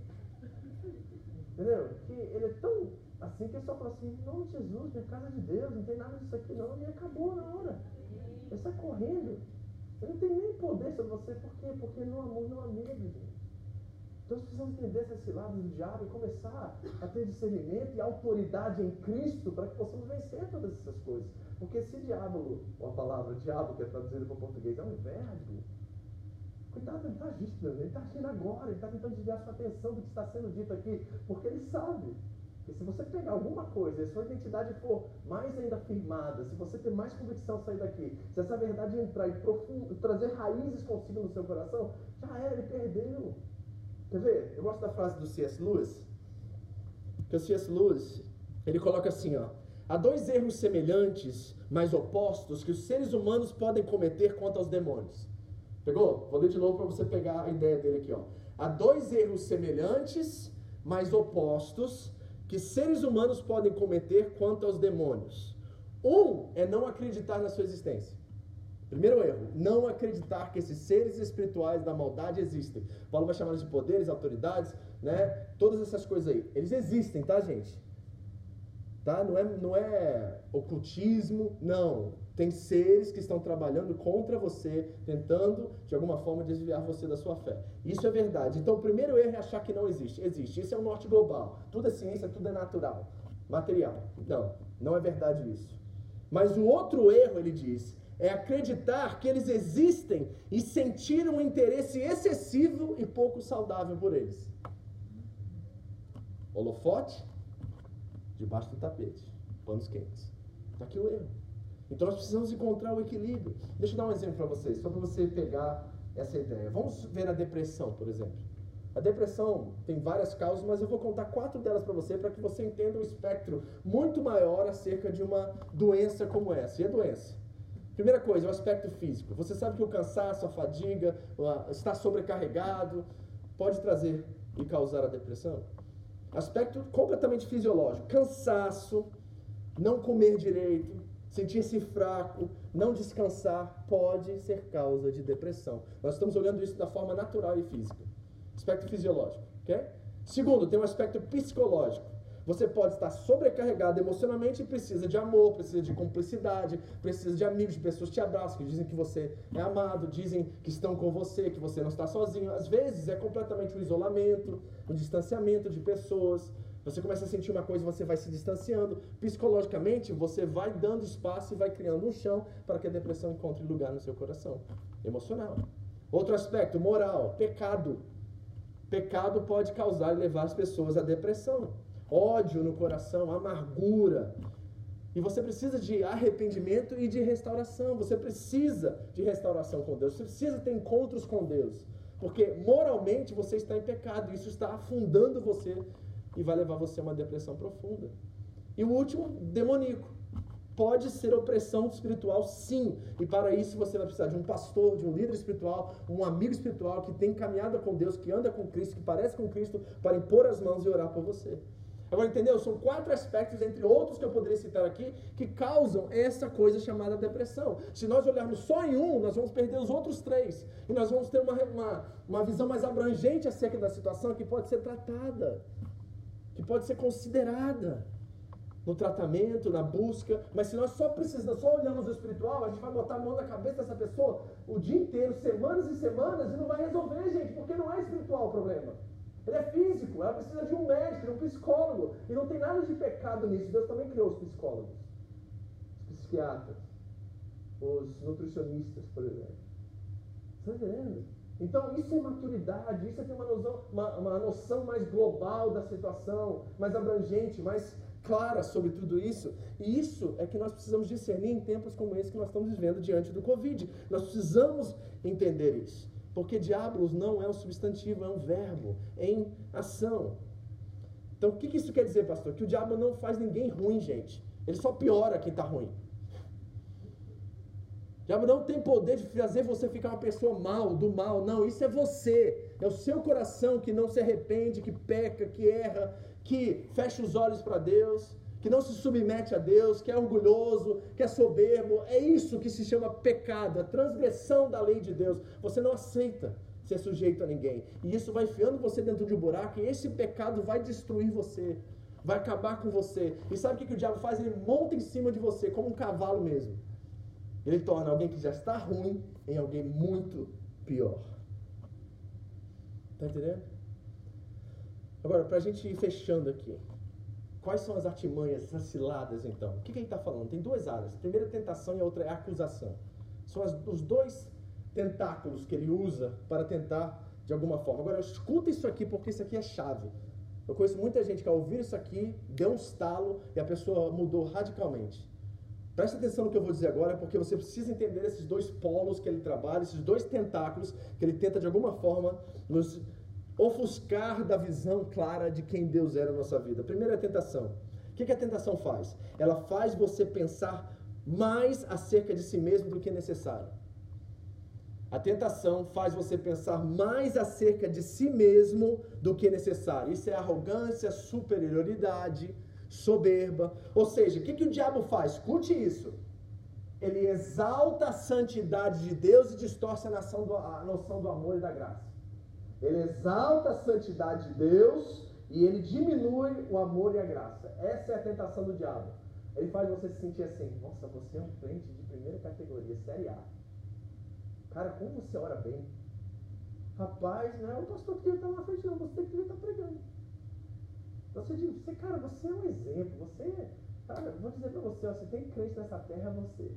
entendeu? Que ele é tão assim que ele só fala assim, não, Jesus, minha casa é de Deus, não tem nada disso aqui não, e acabou na hora. Ele sai correndo. Ele não tem nem poder sobre você, por quê? Porque não amor, não há medo, gente. Então nós precisamos entender essas ciladas do diabo e começar a ter discernimento e autoridade em Cristo para que possamos vencer todas essas coisas. Porque se diabo, a palavra diabo, que é traduzida para o português, é um verbo, cuidado, ele está agindo, ele está agindo agora, ele está tentando desviar sua atenção do que está sendo dito aqui, porque ele sabe que se você pegar alguma coisa e a sua identidade for mais ainda firmada, se você ter mais convicção ao sair daqui, se essa verdade entrar e profundo, trazer raízes consigo no seu coração, já era, ele perdeu. Quer ver? Eu gosto da frase do C S Lewis, que o C S Lewis, ele coloca assim, ó, há dois erros semelhantes, mas opostos, que os seres humanos podem cometer quanto aos demônios. Pegou? Vou ler de novo para você pegar a ideia dele aqui, ó. Há dois erros semelhantes, mas opostos, que seres humanos podem cometer quanto aos demônios. Um é não acreditar na sua existência. Primeiro erro, não acreditar que esses seres espirituais da maldade existem. Paulo vai chamar de poderes, autoridades, né? Todas essas coisas aí. Eles existem, tá, gente? Tá? Não é, não é ocultismo, não. Tem seres que estão trabalhando contra você, tentando, de alguma forma, desviar você da sua fé. Isso é verdade. Então, o primeiro erro é achar que não existe. Existe. Isso é o norte global. Tudo é ciência, tudo é natural, material. Não, não é verdade isso. Mas o outro erro, ele diz, é acreditar que eles existem e sentir um interesse excessivo e pouco saudável por eles. Holofote, debaixo do tapete, panos quentes. Está aqui o erro. Então nós precisamos encontrar o equilíbrio. Deixa eu dar um exemplo para vocês, só para você pegar essa ideia. Vamos ver a depressão, por exemplo. A depressão tem várias causas, mas eu vou contar quatro delas para você, para que você entenda o espectro muito maior acerca de uma doença como essa. E a doença? Primeira coisa, o aspecto físico. Você sabe que o cansaço, a fadiga, estar sobrecarregado, pode trazer e causar a depressão? Aspecto completamente fisiológico. Cansaço, não comer direito, sentir-se fraco, não descansar, pode ser causa de depressão. Nós estamos olhando isso da forma natural e física. Aspecto fisiológico, ok? Segundo, tem um aspecto psicológico. Você pode estar sobrecarregado emocionalmente e precisa de amor, precisa de cumplicidade, precisa de amigos, de pessoas que te abraçam, que dizem que você é amado, dizem que estão com você, que você não está sozinho. Às vezes é completamente um isolamento, um distanciamento de pessoas. Você começa a sentir uma coisa e você vai se distanciando. Psicologicamente, você vai dando espaço e vai criando um chão para que a depressão encontre lugar no seu coração. Emocional. Outro aspecto, moral, pecado. Pecado pode causar e levar as pessoas à depressão. Ódio no coração, amargura. E você precisa de arrependimento e de restauração. Você precisa de restauração com Deus. Você precisa ter encontros com Deus. Porque moralmente você está em pecado. Isso está afundando você e vai levar você a uma depressão profunda. E o último, demoníaco. Pode ser opressão espiritual, sim. E para isso você vai precisar de um pastor, de um líder espiritual, um amigo espiritual que tem caminhada com Deus, que anda com Cristo, que parece com Cristo, para impor as mãos e orar por você. Agora, entendeu? São quatro aspectos, entre outros que eu poderia citar aqui, que causam essa coisa chamada depressão. Se nós olharmos só em um, nós vamos perder os outros três. E nós vamos ter uma, uma, uma visão mais abrangente acerca da situação que pode ser tratada, que pode ser considerada no tratamento, na busca. Mas se nós só precisamos, só olhamos o espiritual, a gente vai botar a mão na cabeça dessa pessoa o dia inteiro, semanas e semanas, e não vai resolver, gente, porque não é espiritual o problema. Ele é físico, ela precisa de um médico, de um psicólogo. E não tem nada de pecado nisso. Deus também criou os psicólogos, os psiquiatras, os nutricionistas, por exemplo. Você está entendendo? Então, isso é maturidade, isso é ter uma noção, uma, uma noção mais global da situação, mais abrangente, mais clara sobre tudo isso. E isso é que nós precisamos discernir em tempos como esse que nós estamos vivendo diante do Covid. Nós precisamos entender isso. Porque diabolos não é um substantivo, é um verbo em ação. Então, o que isso quer dizer, pastor? Que o diabo não faz ninguém ruim, gente. Ele só piora quem está ruim. diabo não tem poder de fazer você ficar uma pessoa mal, do mal. Não, isso é você. É o seu coração que não se arrepende, que peca, que erra, que fecha os olhos para Deus, que não se submete a Deus, que é orgulhoso, que é soberbo. É isso que se chama pecado, a transgressão da lei de Deus. Você não aceita ser sujeito a ninguém. E isso vai enfiando você dentro de um buraco, e esse pecado vai destruir você, vai acabar com você. E sabe o que, que o diabo faz? Ele monta em cima de você, como um cavalo mesmo. Ele torna alguém que já está ruim em alguém muito pior. Está entendendo? Agora, para a gente ir fechando aqui, quais são as artimanhas, essas ciladas então? O que, que ele está falando? Tem duas áreas. A primeira é tentação e a outra é a acusação. São as, os dois tentáculos que ele usa para tentar de alguma forma. Agora, escuta isso aqui, porque isso aqui é chave. Eu conheço muita gente que ao ouvir isso aqui, deu um estalo e a pessoa mudou radicalmente. Presta atenção no que eu vou dizer agora, porque você precisa entender esses dois polos que ele trabalha, esses dois tentáculos que ele tenta de alguma forma nos ofuscar da visão clara de quem Deus era na nossa vida. Primeiro é a tentação. O que, que a tentação faz? Ela faz você pensar mais acerca de si mesmo do que necessário. A tentação faz você pensar mais acerca de si mesmo do que necessário. Isso é arrogância, superioridade, soberba. Ou seja, o que, que o diabo faz? Escute isso. Ele exalta a santidade de Deus e distorce a noção do, a noção do amor e da graça. Ele exalta a santidade de Deus e ele diminui o amor e a graça. Essa é a tentação do diabo. Ele faz você se sentir assim: nossa, você é um crente de primeira categoria, série A. Cara, como você ora bem. Rapaz, não é o pastor que devia estar na frente, não. Você que devia estar pregando. Você, você, cara, você é um exemplo. Você, cara, vou dizer pra você, ó, se tem crente nessa terra, é você.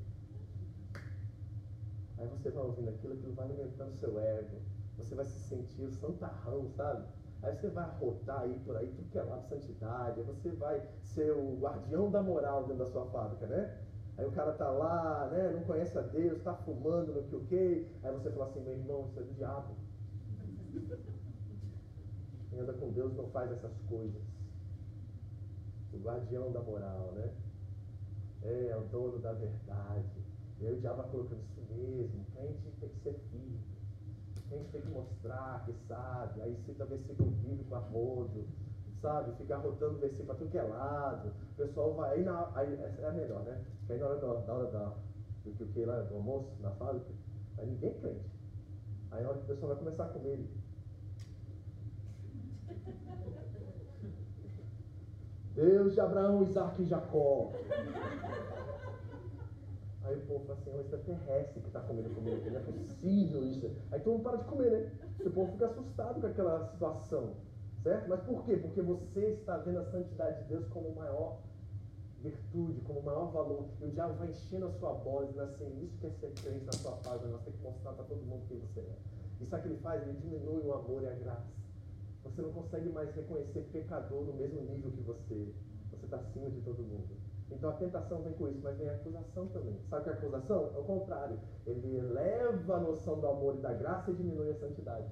Aí você vai ouvindo aquilo, aquilo vai alimentando o seu ego. Você vai se sentir o santarrão, sabe? Aí você vai arrotar aí por aí tudo que é lá de santidade. Aí você vai ser o guardião da moral dentro da sua fábrica, né? Aí o cara tá lá, né, não conhece a Deus, tá fumando no que o que. Aí você fala assim: meu irmão, isso é do diabo. Quem anda com Deus não faz essas coisas. O guardião da moral, né? É, é o dono da verdade. E aí o diabo vai colocando isso mesmo. Crente tem que ser firme. Crente tem que mostrar que sabe. Aí cita versículo bíblico a rodo, sabe? Fica arrotando versículo para tudo que é lado. O pessoal vai. Aí, na, aí essa é a melhor, né? Aí na hora da, da hora da, do que, o que lá, do almoço, na fábrica, aí ninguém é crente. Aí na hora que o pessoal vai começar a comer, Deus de Abraão, Isaac e Jacó. Aí o povo fala assim: oh, isso é terrestre que está comendo comigo, não é possível isso. Aí todo mundo para de comer, né? O povo fica assustado com aquela situação, certo? Mas por quê? Porque você está vendo a santidade de Deus como maior virtude, como maior valor. E o diabo vai enchendo a sua bola, dizendo assim: isso que é ser crente na sua página, nós temos que mostrar para todo mundo quem você é. E sabe o que ele faz? Ele diminui o amor e a graça. Você não consegue mais reconhecer pecador no mesmo nível que você. Você está acima de todo mundo. Então a tentação vem com isso, mas vem a acusação também. Sabe o que é a acusação? É o contrário. Ele eleva a noção do amor e da graça e diminui a santidade.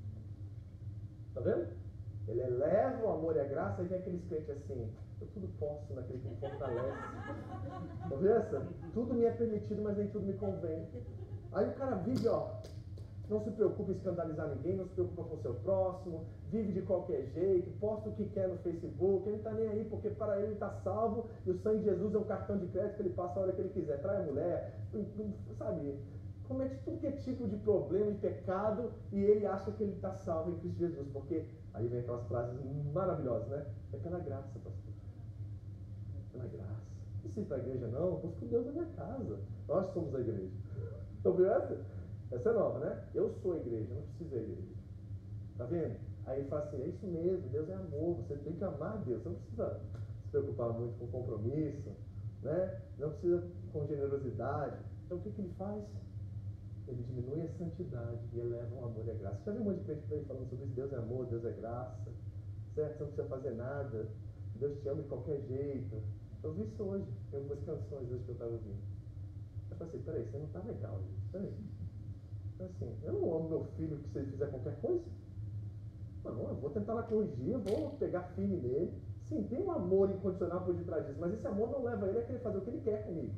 Está vendo? Ele eleva o amor e a graça e vem aqueles crentes assim: eu tudo posso naquele que me fortalece. Está vendo essa? Tudo me é permitido, mas nem tudo me convém. Aí o cara vive, ó, não se preocupa em escandalizar ninguém, não se preocupa com o seu próximo, vive de qualquer jeito, posta o que quer no Facebook, ele não está nem aí, porque para ele está salvo, e o sangue de Jesus é um cartão de crédito que ele passa a hora que ele quiser. Trai a mulher, sabe? Comete tudo que é tipo de problema e pecado, e ele acha que ele está salvo em Cristo Jesus, porque aí vem aquelas frases maravilhosas, né? É pela graça, pastor. Pela graça. Não precisa ir para a igreja, não, eu busco Deus na minha casa. Nós somos a igreja. Ouviu essa? Essa é nova, né? Eu sou a igreja, não preciso da igreja. Tá vendo? Aí ele fala assim: é isso mesmo, Deus é amor, você tem que amar Deus, você não precisa se preocupar muito com compromisso, né? Não precisa com generosidade. Então o que, que ele faz? Ele diminui a santidade e eleva o amor e a graça. Já viu um monte de gente por aí falando sobre isso? Deus é amor, Deus é graça, certo? Você não precisa fazer nada, Deus te ama de qualquer jeito. Eu vi isso hoje, tem algumas canções hoje que eu estava ouvindo. Eu falei assim: peraí, você não está legal, gente. Peraí. Assim, eu não amo meu filho que se ele fizer qualquer coisa. Não, eu vou tentar lá corrigir, eu vou pegar firme nele. Sim, tem um amor incondicional por detrás disso, mas esse amor não leva ele a querer fazer o que ele quer comigo.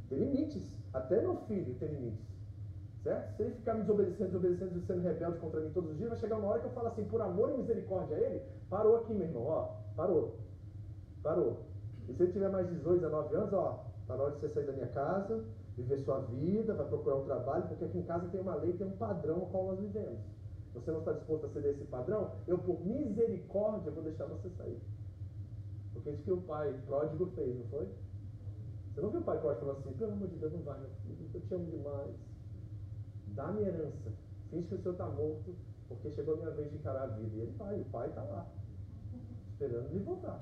Tem limites. Até meu filho tem limites. Certo? Se ele ficar me desobedecendo, desobedecendo, sendo rebelde contra mim todos os dias, vai chegar uma hora que eu falo assim, por amor e misericórdia a ele, parou aqui, meu irmão, ó, parou. Parou. E se ele tiver mais dezoito, dezenove anos, ó, tá na hora de você sair da minha casa, viver sua vida, vai procurar um trabalho, porque aqui em casa tem uma lei, tem um padrão ao qual nós vivemos. Você não está disposto a ceder esse padrão? Eu, por misericórdia, vou deixar você sair. Porque isso que o pai pródigo fez, não foi? Você não viu o pai pródigo falando assim, pelo amor de Deus, não vai, meu filho, eu te amo demais. Dá minha herança. Finge que o senhor está morto, porque chegou a minha vez de encarar a vida. E ele vai, o pai está lá, esperando ele voltar.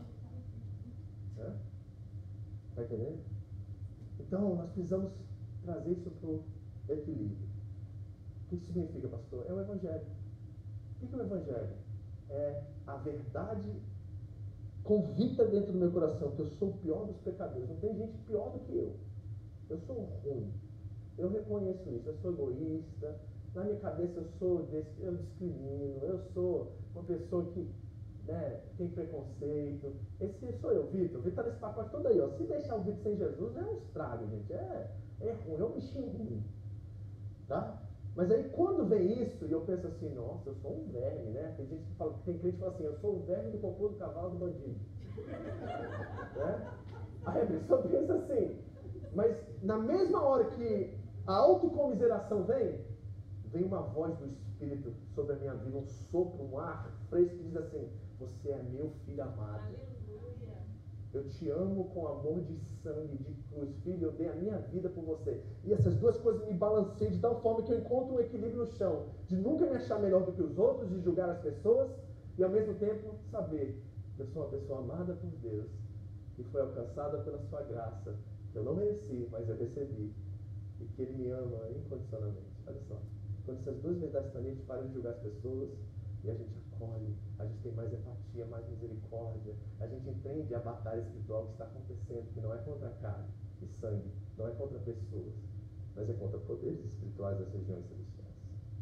Né? Está entendendo? Então, nós precisamos trazer isso para o equilíbrio. O que isso significa, pastor? É o Evangelho. O que é o Evangelho? É a verdade convicta dentro do meu coração que eu sou o pior dos pecadores. Não tem gente pior do que eu. Eu sou ruim. Eu reconheço isso. Eu sou egoísta. Na minha cabeça eu sou desse, eu discrimino. Eu sou uma pessoa que, né, tem preconceito. Esse sou eu, Vitor. O Vitor está nesse pacote todo aí. Ó. Se deixar o Vitor sem Jesus, é um estrago, gente. É, é ruim. É um bichinho ruim. Tá? Mas aí quando vem isso, e eu penso assim, nossa, eu sou um verme, né? Tem gente que fala, tem crente que fala assim, eu sou o verme do cocô do cavalo do bandido. Né? Aí a pessoa pensa assim, mas na mesma hora que a autocomiseração vem, vem uma voz do Espírito sobre a minha vida, um sopro, um ar fresco que diz assim, você é meu filho amado. Eu te amo com amor de sangue, de cruz. Filho, eu dei a minha vida por você. E essas duas coisas me balanceiam de tal forma que eu encontro um equilíbrio no chão. De nunca me achar melhor do que os outros, de julgar as pessoas. E ao mesmo tempo saber que eu sou uma pessoa amada por Deus. Que foi alcançada pela sua graça. Que eu não mereci, mas eu recebi. E que Ele me ama incondicionalmente. Olha só. Quando essas duas verdades estão ali, a gente para de julgar as pessoas. E a gente acolhe, a gente tem mais empatia, mais misericórdia, a gente entende a batalha espiritual que está acontecendo, que não é contra carne e sangue, não é contra pessoas, mas é contra poderes espirituais das regiões celestiais.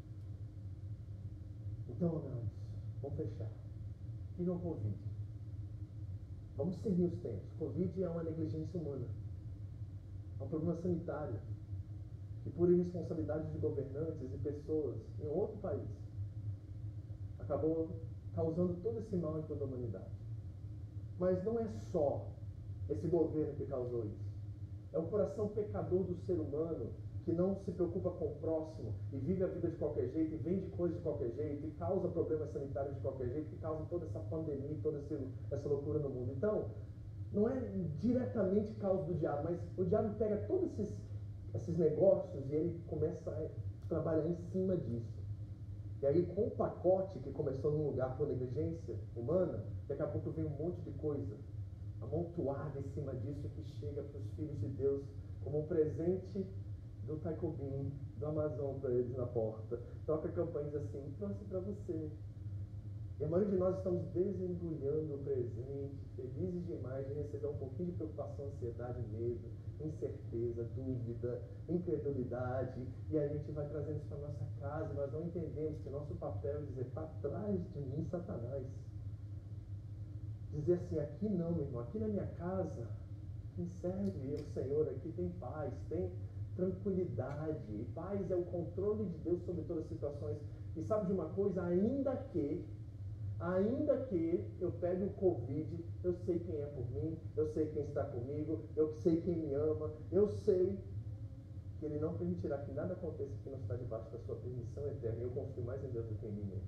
Então, amados, vamos fechar. O que é o Covid? Vamos discernir os tempos. O Covid é uma negligência humana, é um problema sanitário, que por irresponsabilidade de governantes e pessoas em outro país, acabou causando todo esse mal em toda a humanidade. Mas não é só esse governo que causou isso. É o coração pecador do ser humano que não se preocupa com o próximo e vive a vida de qualquer jeito e vende coisas de qualquer jeito e causa problemas sanitários de qualquer jeito, que causa toda essa pandemia, toda essa loucura no mundo. Então, não é diretamente causa do diabo, mas o diabo pega todos esses, esses negócios e ele começa a trabalhar em cima disso. E aí, com o pacote que começou num lugar por negligência humana, daqui a pouco vem um monte de coisa amontoada em cima disso que chega para os filhos de Deus como um presente do Taikobin, do Amazon para eles na porta. Toca a campanha e diz assim, trouxe para você. E a maioria de nós estamos desembrulhando o presente, felizes demais de receber um pouquinho de preocupação, ansiedade, medo, incerteza, dúvida, incredulidade, e aí a gente vai trazendo isso para a nossa casa, e nós não entendemos que nosso papel é dizer, para trás de mim, Satanás. Dizer assim, aqui não, meu irmão, aqui na minha casa, quem serve o Senhor aqui tem paz, tem tranquilidade, e paz é o controle de Deus sobre todas as situações. E sabe de uma coisa? Ainda que Ainda que eu pegue o Covid, eu sei quem é por mim, eu sei quem está comigo, eu sei quem me ama, eu sei que Ele não permitirá que nada aconteça que não está debaixo da sua permissão eterna. E eu confio mais em Deus do que em mim mesmo.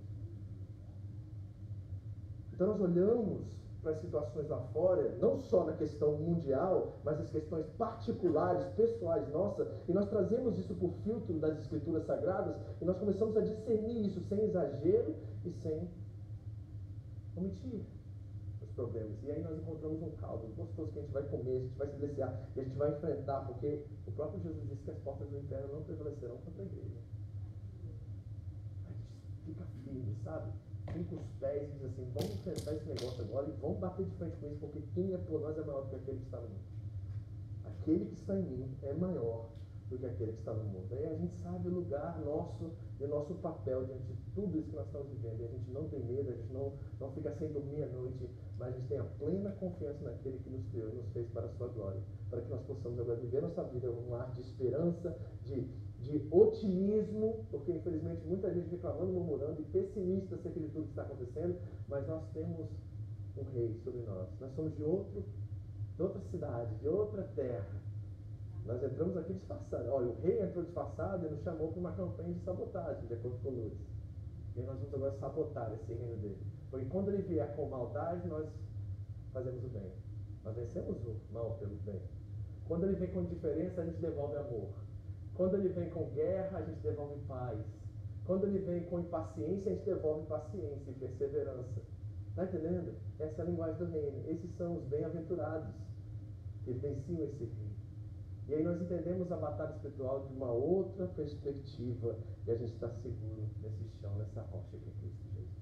Então nós olhamos para as situações lá fora, não só na questão mundial, mas as questões particulares, pessoais nossas, e nós trazemos isso por filtro das Escrituras Sagradas, e nós começamos a discernir isso sem exagero e sem omitir os problemas. E aí nós encontramos um caldo gostoso que a gente vai comer, a gente vai se deliciar e a gente vai enfrentar, porque o próprio Jesus disse que as portas do inferno não prevalecerão contra a igreja. A gente fica firme, sabe? Fica os pés e diz assim, vamos enfrentar esse negócio agora e vamos bater de frente com isso, porque quem é por nós é maior do que aquele que está no mundo. Aquele que está em mim é maior do do que aquele que está no mundo. Aí a gente sabe o lugar nosso e o nosso papel diante de tudo isso que nós estamos vivendo. E a gente não tem medo, a gente não, não fica sem dormir à noite, mas a gente tem a plena confiança naquele que nos criou e nos fez para a sua glória. Para que nós possamos agora viver nossa vida um ar de esperança, de, de otimismo, porque infelizmente muita gente reclamando, murmurando e pessimista acerca de tudo que está acontecendo, mas nós temos um rei sobre nós. Nós somos de, outro, de outra cidade, de outra terra. Nós entramos aqui disfarçados. Olha, o rei entrou disfarçado e nos chamou para uma campanha de sabotagem, de acordo com Lúcio. E nós vamos agora sabotar esse reino dele. Porque quando ele vier com maldade, nós fazemos o bem. Nós vencemos o mal pelo bem. Quando ele vem com indiferença, a gente devolve amor. Quando ele vem com guerra, a gente devolve paz. Quando ele vem com impaciência, a gente devolve paciência e perseverança. Está entendendo? Essa é a linguagem do reino. Esses são os bem-aventurados que venciam esse reino. E aí nós entendemos a batalha espiritual de uma outra perspectiva e a gente está seguro nesse chão, nessa rocha que é Cristo Jesus.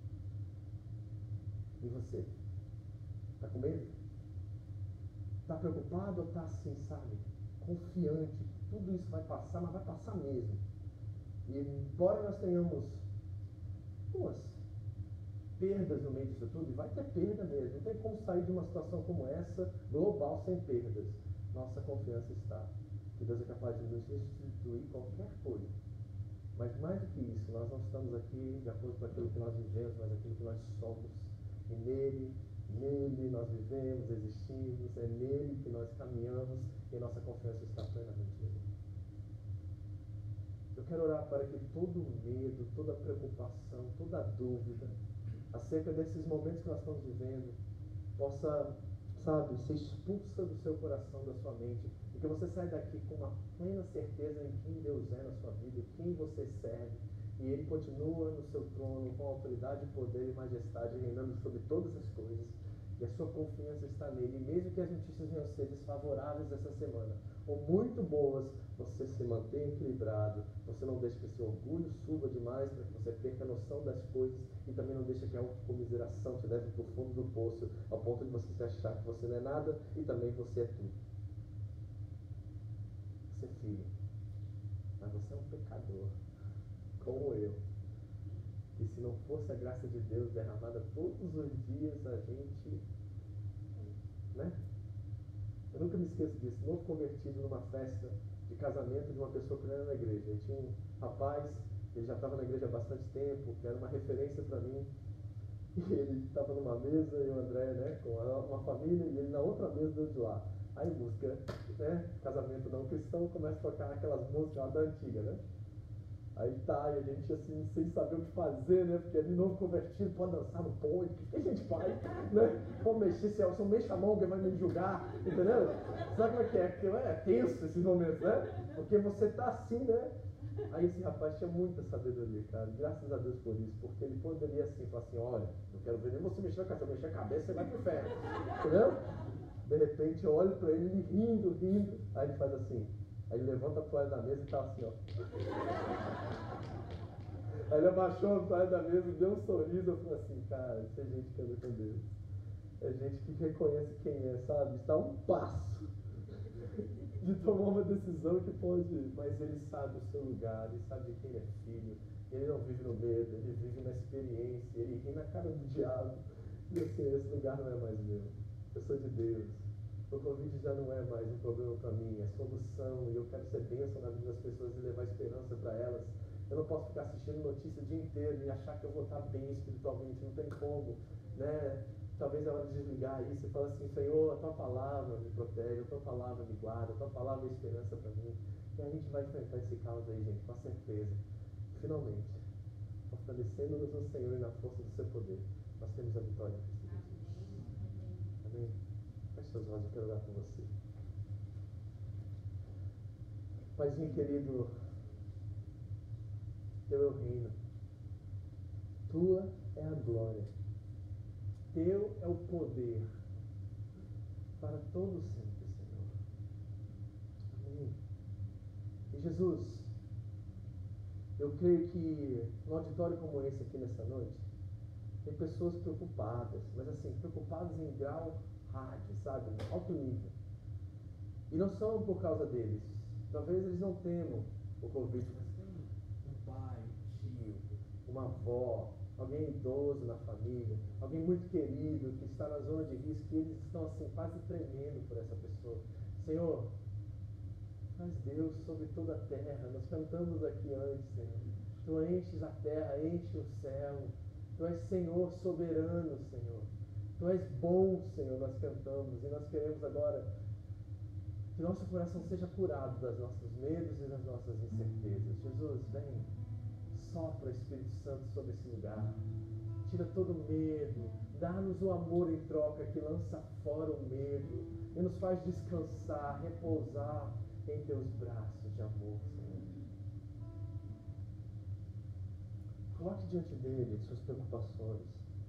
E você? Está com medo? Está preocupado ou está assim, sabe? Confiante que tudo isso vai passar, mas vai passar mesmo. E embora nós tenhamos umas perdas no meio disso tudo, e vai ter perda mesmo, não tem como sair de uma situação como essa, global, sem perdas. Nossa confiança está que Deus é capaz de nos restituir qualquer coisa. Mas mais do que isso, nós não estamos aqui de acordo com aquilo que nós vivemos, mas aquilo que nós somos. E nele, nele nós vivemos, existimos, é nele que nós caminhamos e nossa confiança está plenamente nele. Eu quero orar para que todo medo, toda preocupação, toda dúvida acerca desses momentos que nós estamos vivendo possa, sabe, ser expulsa do seu coração, da sua mente, e que você saia daqui com uma plena certeza em quem Deus é na sua vida, quem você serve, e Ele continua no seu trono com autoridade, poder e majestade, reinando sobre todas as coisas, e a sua confiança está nele, e mesmo que as notícias venham ser desfavoráveis essa semana, ou muito boas, você se mantém equilibrado, você não deixa que o seu orgulho suba demais para que você perca a noção das coisas, e também não deixa que a autocomiseração te leve para o fundo do poço, ao ponto de você se achar que você não é nada e também você é tudo. Você é filho, mas você é um pecador, como eu. E se não fosse a graça de Deus derramada todos os dias, a gente, né? Eu nunca me esqueço disso, novo convertido numa festa de casamento de uma pessoa que não era na igreja. E tinha um rapaz, ele já estava na igreja há bastante tempo, que era uma referência para mim. E ele estava numa mesa, e o André, né, com uma família, e ele na outra mesa do outro lado. Aí música, né, casamento não cristão, começa a tocar aquelas músicas lá da antiga, né? Aí tá, e a gente assim, sem saber o que fazer, né? Porque ali novo convertido, pode dançar no ponte, o que a gente faz, né? Vamos mexer, se eu mexo a mão, alguém vai me julgar, entendeu? Sabe como é que é? Porque é tenso esses momentos, né? Porque você tá assim, né? Aí esse rapaz tinha muita sabedoria, cara, graças a Deus por isso, porque ele poderia assim, falar assim, olha, não quero ver nem você mexer na cabeça, se eu mexer a cabeça, você vai pro inferno, entendeu? De repente eu olho pra ele, ele rindo, rindo, aí ele faz assim, aí ele levanta a toalha da mesa e tá assim, ó. Aí ele abaixou a toalha da mesa, deu um sorriso, eu falei assim, cara, isso é gente que anda com Deus. É gente que reconhece quem é, sabe? Está a um passo de tomar uma decisão que pode, mas ele sabe o seu lugar, ele sabe de quem ele é filho, ele não vive no medo, ele vive na experiência, ele ri na cara do diabo, e assim, esse lugar não é mais meu, eu sou de Deus, o Covid já não é mais um problema para mim, é solução, e eu quero ser bênção na vida das pessoas e levar esperança para elas. Eu não posso ficar assistindo notícia o dia inteiro e achar que eu vou estar bem espiritualmente, não tem como, né? Talvez é hora de desligar isso e falar assim, Senhor, a Tua Palavra me protege, a Tua Palavra me guarda, a Tua Palavra é esperança para mim. E a gente vai enfrentar esse caos aí, gente, com a certeza. Finalmente, fortalecendo-nos no Senhor e na força do Seu poder, nós temos a vitória em Cristo Jesus. Amém? Feche seus olhos, eu quero orar com você. Paizinho querido, Teu é o reino, Tua é a glória, Teu é o poder para todo sempre, Senhor. Amém. E Jesus, eu creio que num auditório como esse aqui nessa noite, tem pessoas preocupadas, mas assim, preocupadas em grau hard, sabe? Alto nível. E não são por causa deles, Talvez eles não temam o Covid, mas tem um pai, um tio, uma avó, alguém idoso na família, alguém muito querido que está na zona de risco e eles estão assim quase tremendo por essa pessoa. Senhor, mas Deus sobre toda a terra, nós cantamos aqui antes, Senhor. Tu enches a terra, enche o céu. Tu és Senhor soberano, Senhor. Tu és bom, Senhor, nós cantamos. E nós queremos agora que nosso coração seja curado das nossos medos e das nossas incertezas. Jesus, vem, sopra o Espírito Santo sobre esse lugar. Tira todo o medo. Dá-nos o amor em troca que lança fora o medo. E nos faz descansar, repousar em teus braços de amor, Senhor. Coloque diante dele suas preocupações.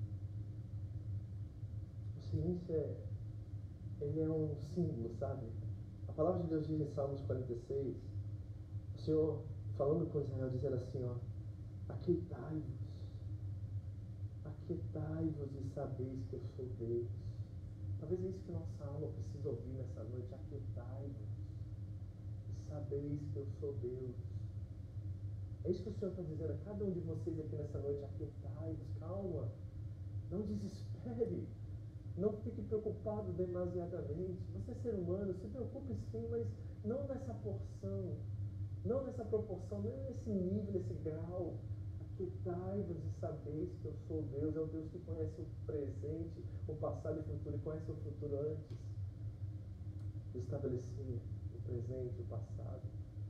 O silêncio é, ele é um símbolo, sabe? A palavra de Deus diz em Salmos quarenta e seis, o Senhor falando com Israel, dizendo assim, ó, aquietai-vos, aquietai-vos e sabeis que eu sou Deus. Talvez é isso que nossa alma precisa ouvir nessa noite, aquietai-vos e sabeis que eu sou Deus. É isso que o Senhor está dizendo a cada um de vocês aqui nessa noite, aquietai-vos, calma, não desespere. Não fique preocupado demasiadamente. Você é ser humano, se preocupe sim, mas não nessa porção, não nessa proporção, não nesse nível, nesse grau. Aquietai-vos e sabeis que eu sou Deus. É o Deus que conhece o presente, o passado e o futuro, e conhece o futuro antes de estabelecer o presente e o passado.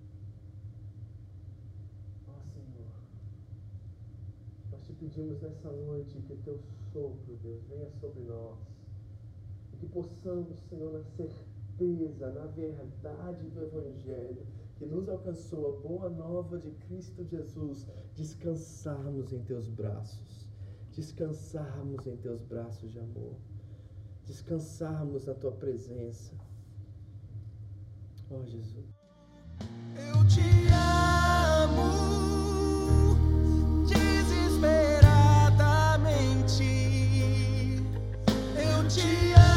Ó Senhor, nós te pedimos nessa noite que o teu sopro, Deus, venha sobre nós. Que possamos, Senhor, na certeza, na verdade do Evangelho, que nos alcançou a boa nova de Cristo Jesus, descansarmos em teus braços, descansarmos em teus braços de amor, descansarmos na tua presença. Ó oh, Jesus. Eu te amo desesperadamente. Eu te amo.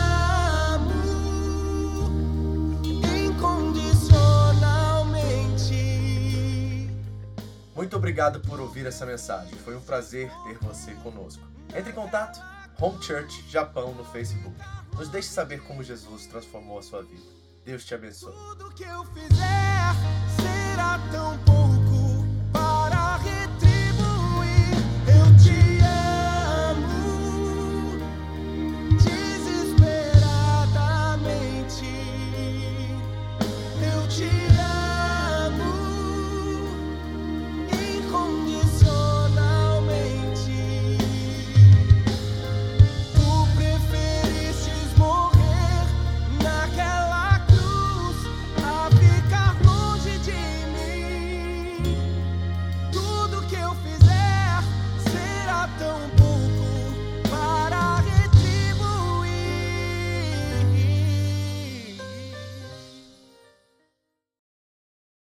Muito obrigado por ouvir essa mensagem. Foi um prazer ter você conosco. Entre em contato, Home Church Japão no Facebook. Nos deixe saber como Jesus transformou a sua vida. Deus te abençoe. Tudo que eu fizer